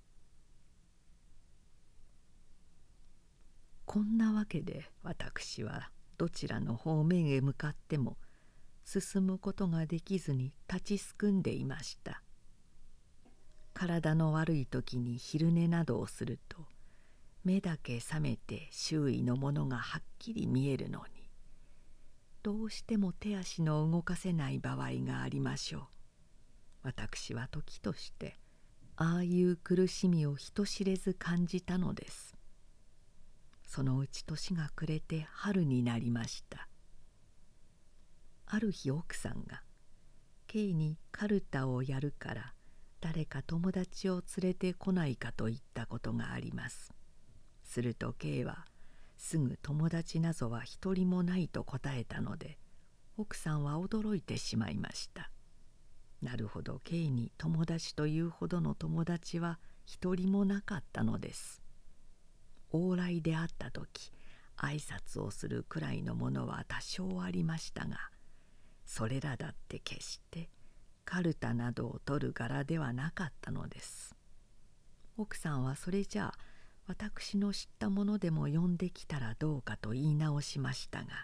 こんなわけで私はどちらの方面へ向かっても進むことができずに立ちすくんでいました。体の悪い時に昼寝などをすると目だけ覚めて周囲のものがはっきり見えるのに、どうしても手足の動かせない場合がありましょう。私は時としてああいう苦しみを人知れず感じたのです。そのうち年が暮れて春になりました。ある日奥さんが Ｋ にカルタをやるから誰か友達を連れてこないかと言ったことがあります。すると K はすぐ友達などは一人もないと答えたので、奥さんは驚いてしまいました。なるほど、 K に友達というほどの友達は一人もなかったのです。往来であった時挨拶をするくらいのものは多少ありましたが、それらだって決してカルタなどを取る柄ではなかったのです。奥さんはそれじゃあ私の知ったものでも呼んできたらどうかと言い直しましたが、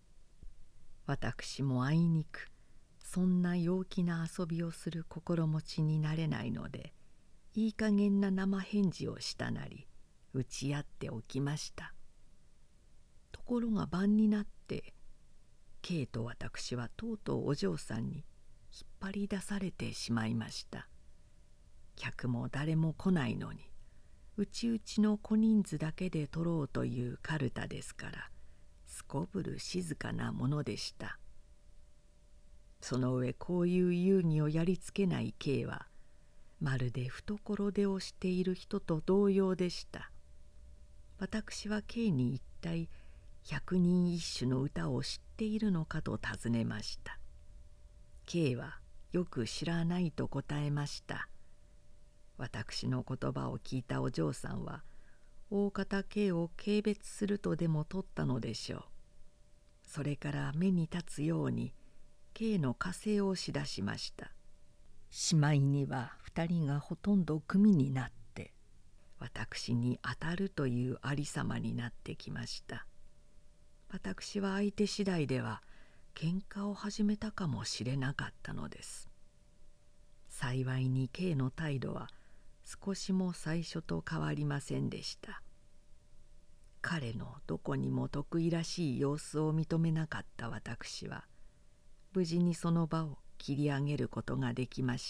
私もあいにくそんな陽気な遊びをする心持ちになれないので、いい加減な生返事をしたなり打ち合っておきました。ところが晩になって K と私はとうとうお嬢さんに引っ張り出されてしまいました。客も誰も来ないのにうちうちの小人数だけで取ろうというカルタですからすこぶる静かなものでした。その上こういう遊戯をやりつけない K はまるで懐出をしている人と同様でした。私は K に一体百人一首の歌を知っているのかと尋ねました。 K はよく知らないと答えました。私の言葉を聞いたお嬢さんは大方 K を軽蔑するとでも取ったのでしょう。それから目に立つように K の加勢をしだしました。しまいには二人がほとんど組になって私に当たるというありさまになってきました。私は相手次第では喧嘩を始めたかもしれなかったのです。幸いに K の態度は少しも最初と変わりませんでした。彼のどこにも得意らしい様子を認めなかった私は無事にその場を切り上げることができました。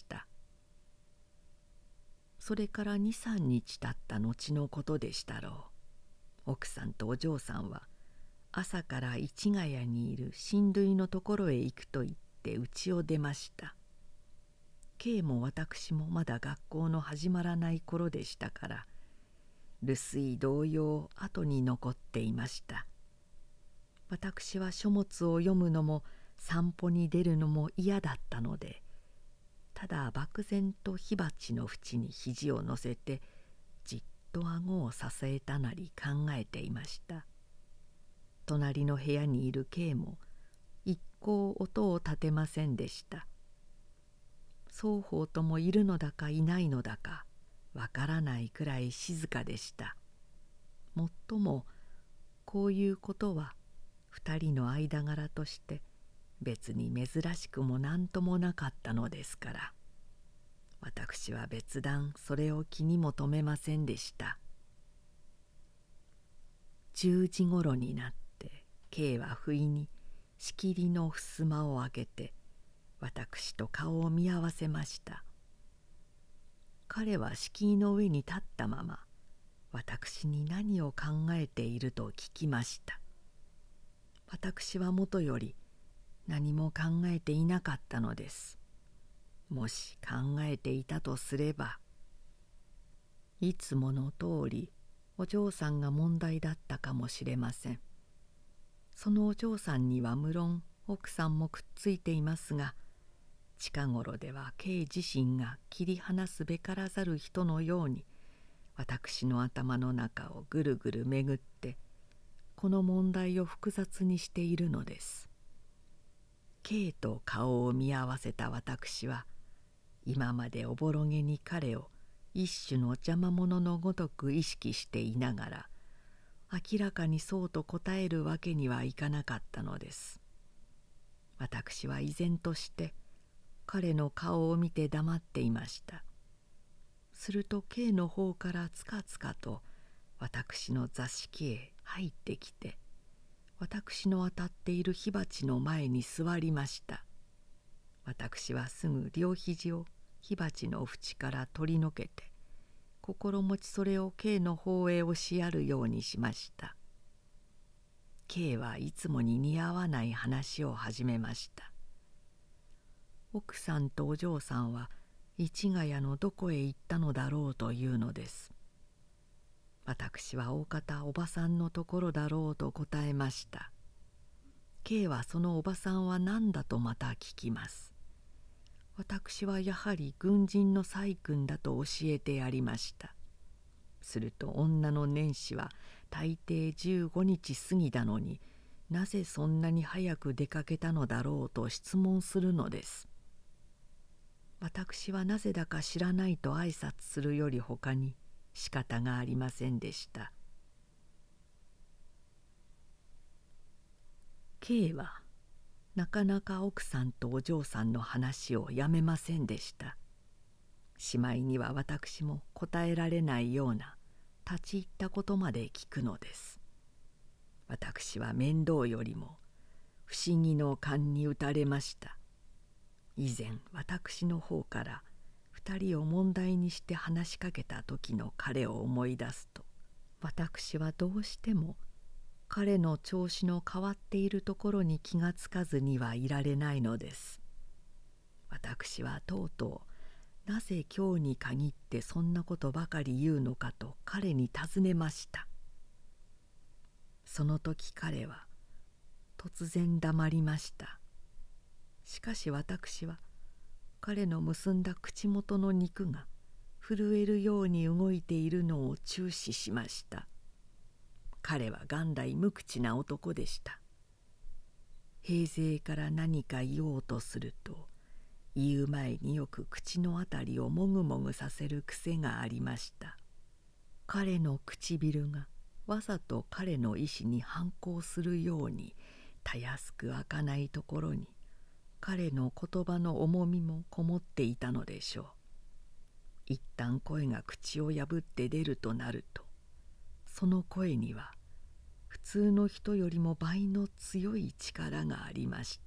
それから二三日経った後のことでしたろう。奥さんとお嬢さんは朝から市ヶ谷にいる親類のところへ行くと言って家を出ました。K も私もまだ学校の始まらない頃でしたから留守居同様後に残っていました。私は書物を読むのも散歩に出るのも嫌だったので、ただ漠然と火鉢の縁に肘を乗せてじっと顎を支えたなり考えていました。隣の部屋にいる K も一向音を立てませんでした。双方ともいるのだかいないのだかわからないくらい静かでした。もっともこういうことは二人の間柄として別に珍しくも何ともなかったのですから、私は別段それを気にも留めませんでした。十時ごろになって K は不意に仕切りの襖を開けて私と顔を見合わせました。彼は敷居の上に立ったまま私に何を考えていると聞きました。私はもとより何も考えていなかったのです。もし考えていたとすれば、いつもの通りお嬢さんが問題だったかもしれません。そのお嬢さんには無論奥さんもくっついていますが、近頃ではK自身が切り離すべからざる人のように私の頭の中をぐるぐる巡ってこの問題を複雑にしているのです。Kと顔を見合わせた私は今までおぼろげに彼を一種の邪魔者のごとく意識していながら、明らかにそうと答えるわけにはいかなかったのです。私は依然として彼の顔を見て黙っていました。すると K の方からつかつかと私の座敷へ入ってきて、私の当たっている火鉢の前に座りました。私はすぐ両肘を火鉢の縁から取り除けて、心持ちそれを K の方へ押しやるようにしました。K はいつもに似合わない話を始めました。奥さんとお嬢さんは市ヶ谷のどこへ行ったのだろうというのです。私は大方おばさんのところだろうと答えました。K はそのおばさんは何だとまた聞きます。私はやはり軍人の細君だと教えてやりました。すると女の年始は大抵じゅうごにち過ぎたのに、なぜそんなに早く出かけたのだろうと質問するのです。私はなぜだか知らないと挨拶するよりほかに仕方がありませんでした。K はなかなか奥さんとお嬢さんの話をやめませんでした。しまいには私も答えられないような立ち入ったことまで聞くのです。私は面倒よりも不思議の勘に打たれました。以前私の方から二人を問題にして話しかけた時の彼を思い出すと、私はどうしても彼の調子の変わっているところに気がつかずにはいられないのです。私はとうとうなぜ今日に限ってそんなことばかり言うのかと彼に尋ねました。その時彼は突然黙りました。しかし私は彼の結んだ口元の肉が震えるように動いているのを注視しました。彼は元来無口な男でした。平勢から何か言おうとすると、言う前によく口のあたりをもぐもぐさせる癖がありました。彼の唇がわざと彼の意志に反抗するようにたやすく開かないところに、彼の言葉の重みもこもっていたのでしょう。一旦声が口を破って出るとなると、その声には普通の人よりも倍の強い力がありました。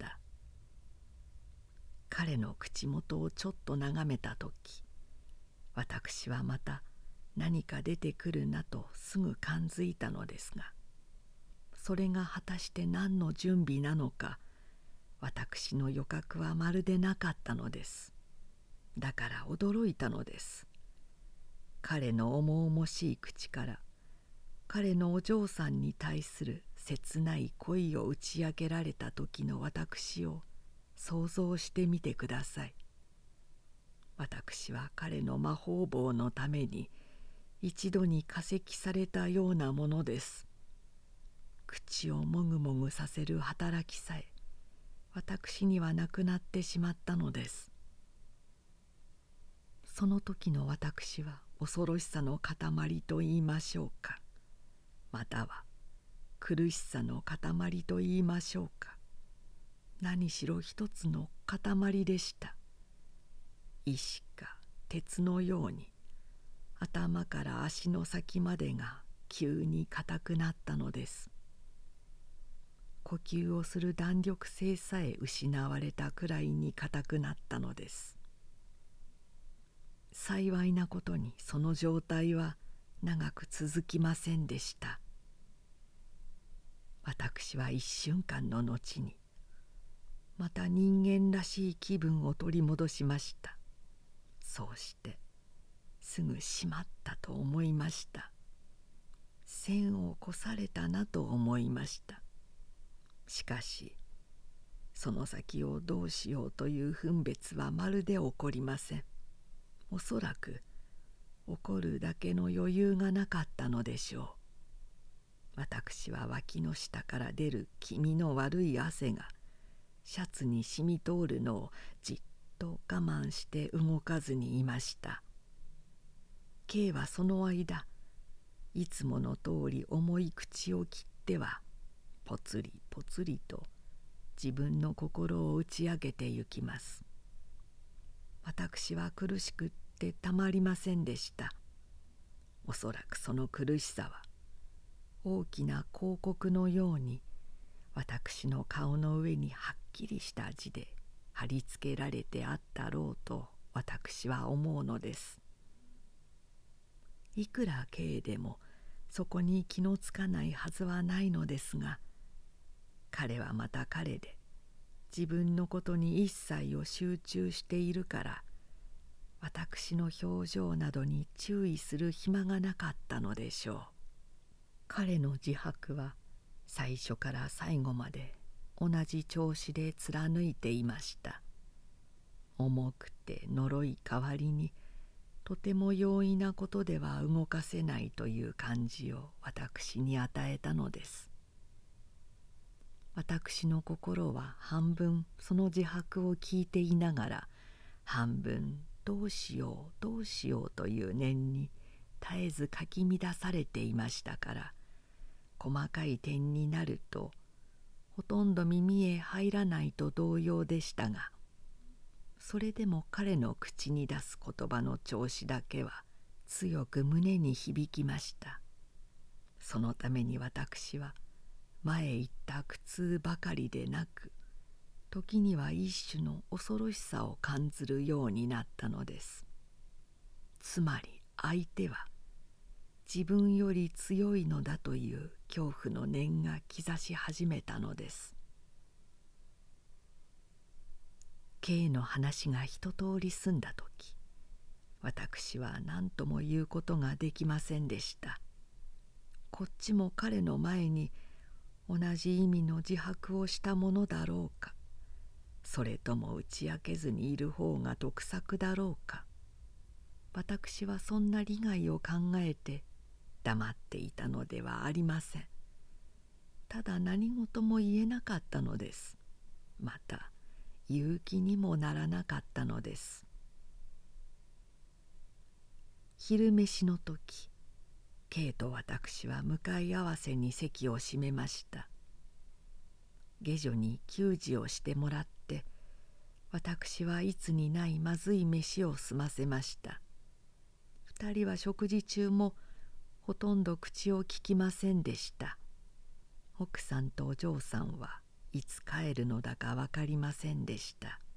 彼の口元をちょっと眺めたとき、私はまた何か出てくるなとすぐ感づいたのですが、それが果たして何の準備なのか、私の予覚はまるでなかったのです。だから驚いたのです。彼の重々しい口から彼のお嬢さんに対する切ない恋を打ち明けられた時の私を想像してみてください。私は彼の魔法棒のために一度に化石されたようなものです。口をもぐもぐさせる働きさえ私にはなくなってしまったのです。その時の私は恐ろしさの塊と言いましょうか、または苦しさの塊と言いましょうか、何しろ一つの塊でした。石か鉄のように頭から足の先までが急に硬くなったのです。 呼吸をする弾力性さえ失われたくらいに硬くなったのです。幸いなことにその状態は長く続きませんでした。私は一瞬間の後にまた人間らしい気分を取り戻しました。そうしてすぐしまったと思いました。線を越されたなと思いました。しかしその先をどうしようという分別はまるで起こりません。おそらく怒るだけの余裕がなかったのでしょう。私は脇の下から出る気味の悪い汗がシャツに染み通るのをじっと我慢して動かずにいました。Ｋはその間いつもの通り重い口を切ってはぽつりぽつりと自分の心を打ち上げてゆきます。私は苦しくってたまりませんでした。おそらくその苦しさは大きな広告のように私の顔の上にはっきりした字で貼り付けられてあったろうと私は思うのです。いくら K でもそこに気のつかないはずはないのですが、彼はまた彼で自分のことに一切を集中しているから私の表情などに注意する暇がなかったのでしょう。彼の自白は最初から最後まで同じ調子で貫いていました。重くて呪い代わりにとても容易なことでは動かせないという感じを私に与えたのです。私の心は半分その自白を聞いていながら半分どうしようどうしようという念に絶えずかき乱されていましたから、細かい点になるとほとんど耳へ入らないと同様でしたが、それでも彼の口に出す言葉の調子だけは強く胸に響きました。そのために私は前言った苦痛ばかりでなく、時には一種の恐ろしさを感ずるようになったのです。つまり相手は自分より強いのだという恐怖の念が兆し始めたのです。K の話が一通り済んだ時、私は何とも言うことができませんでした。こっちも彼の前に同じ意味の自白をしたものだろうか、それとも打ち明けずにいる方が得策だろうか、私はそんな利害を考えて黙っていたのではありません。ただ何事も言えなかったのです。また言う気にもならなかったのです。昼飯の時、K と私は向かい合わせに席を閉めました。下女に給仕をしてもらって、私はいつにないまずい飯を済ませました。二人は食事中もほとんど口をききませんでした。奥さんとお嬢さんはいつ帰るのだか分かりませんでした。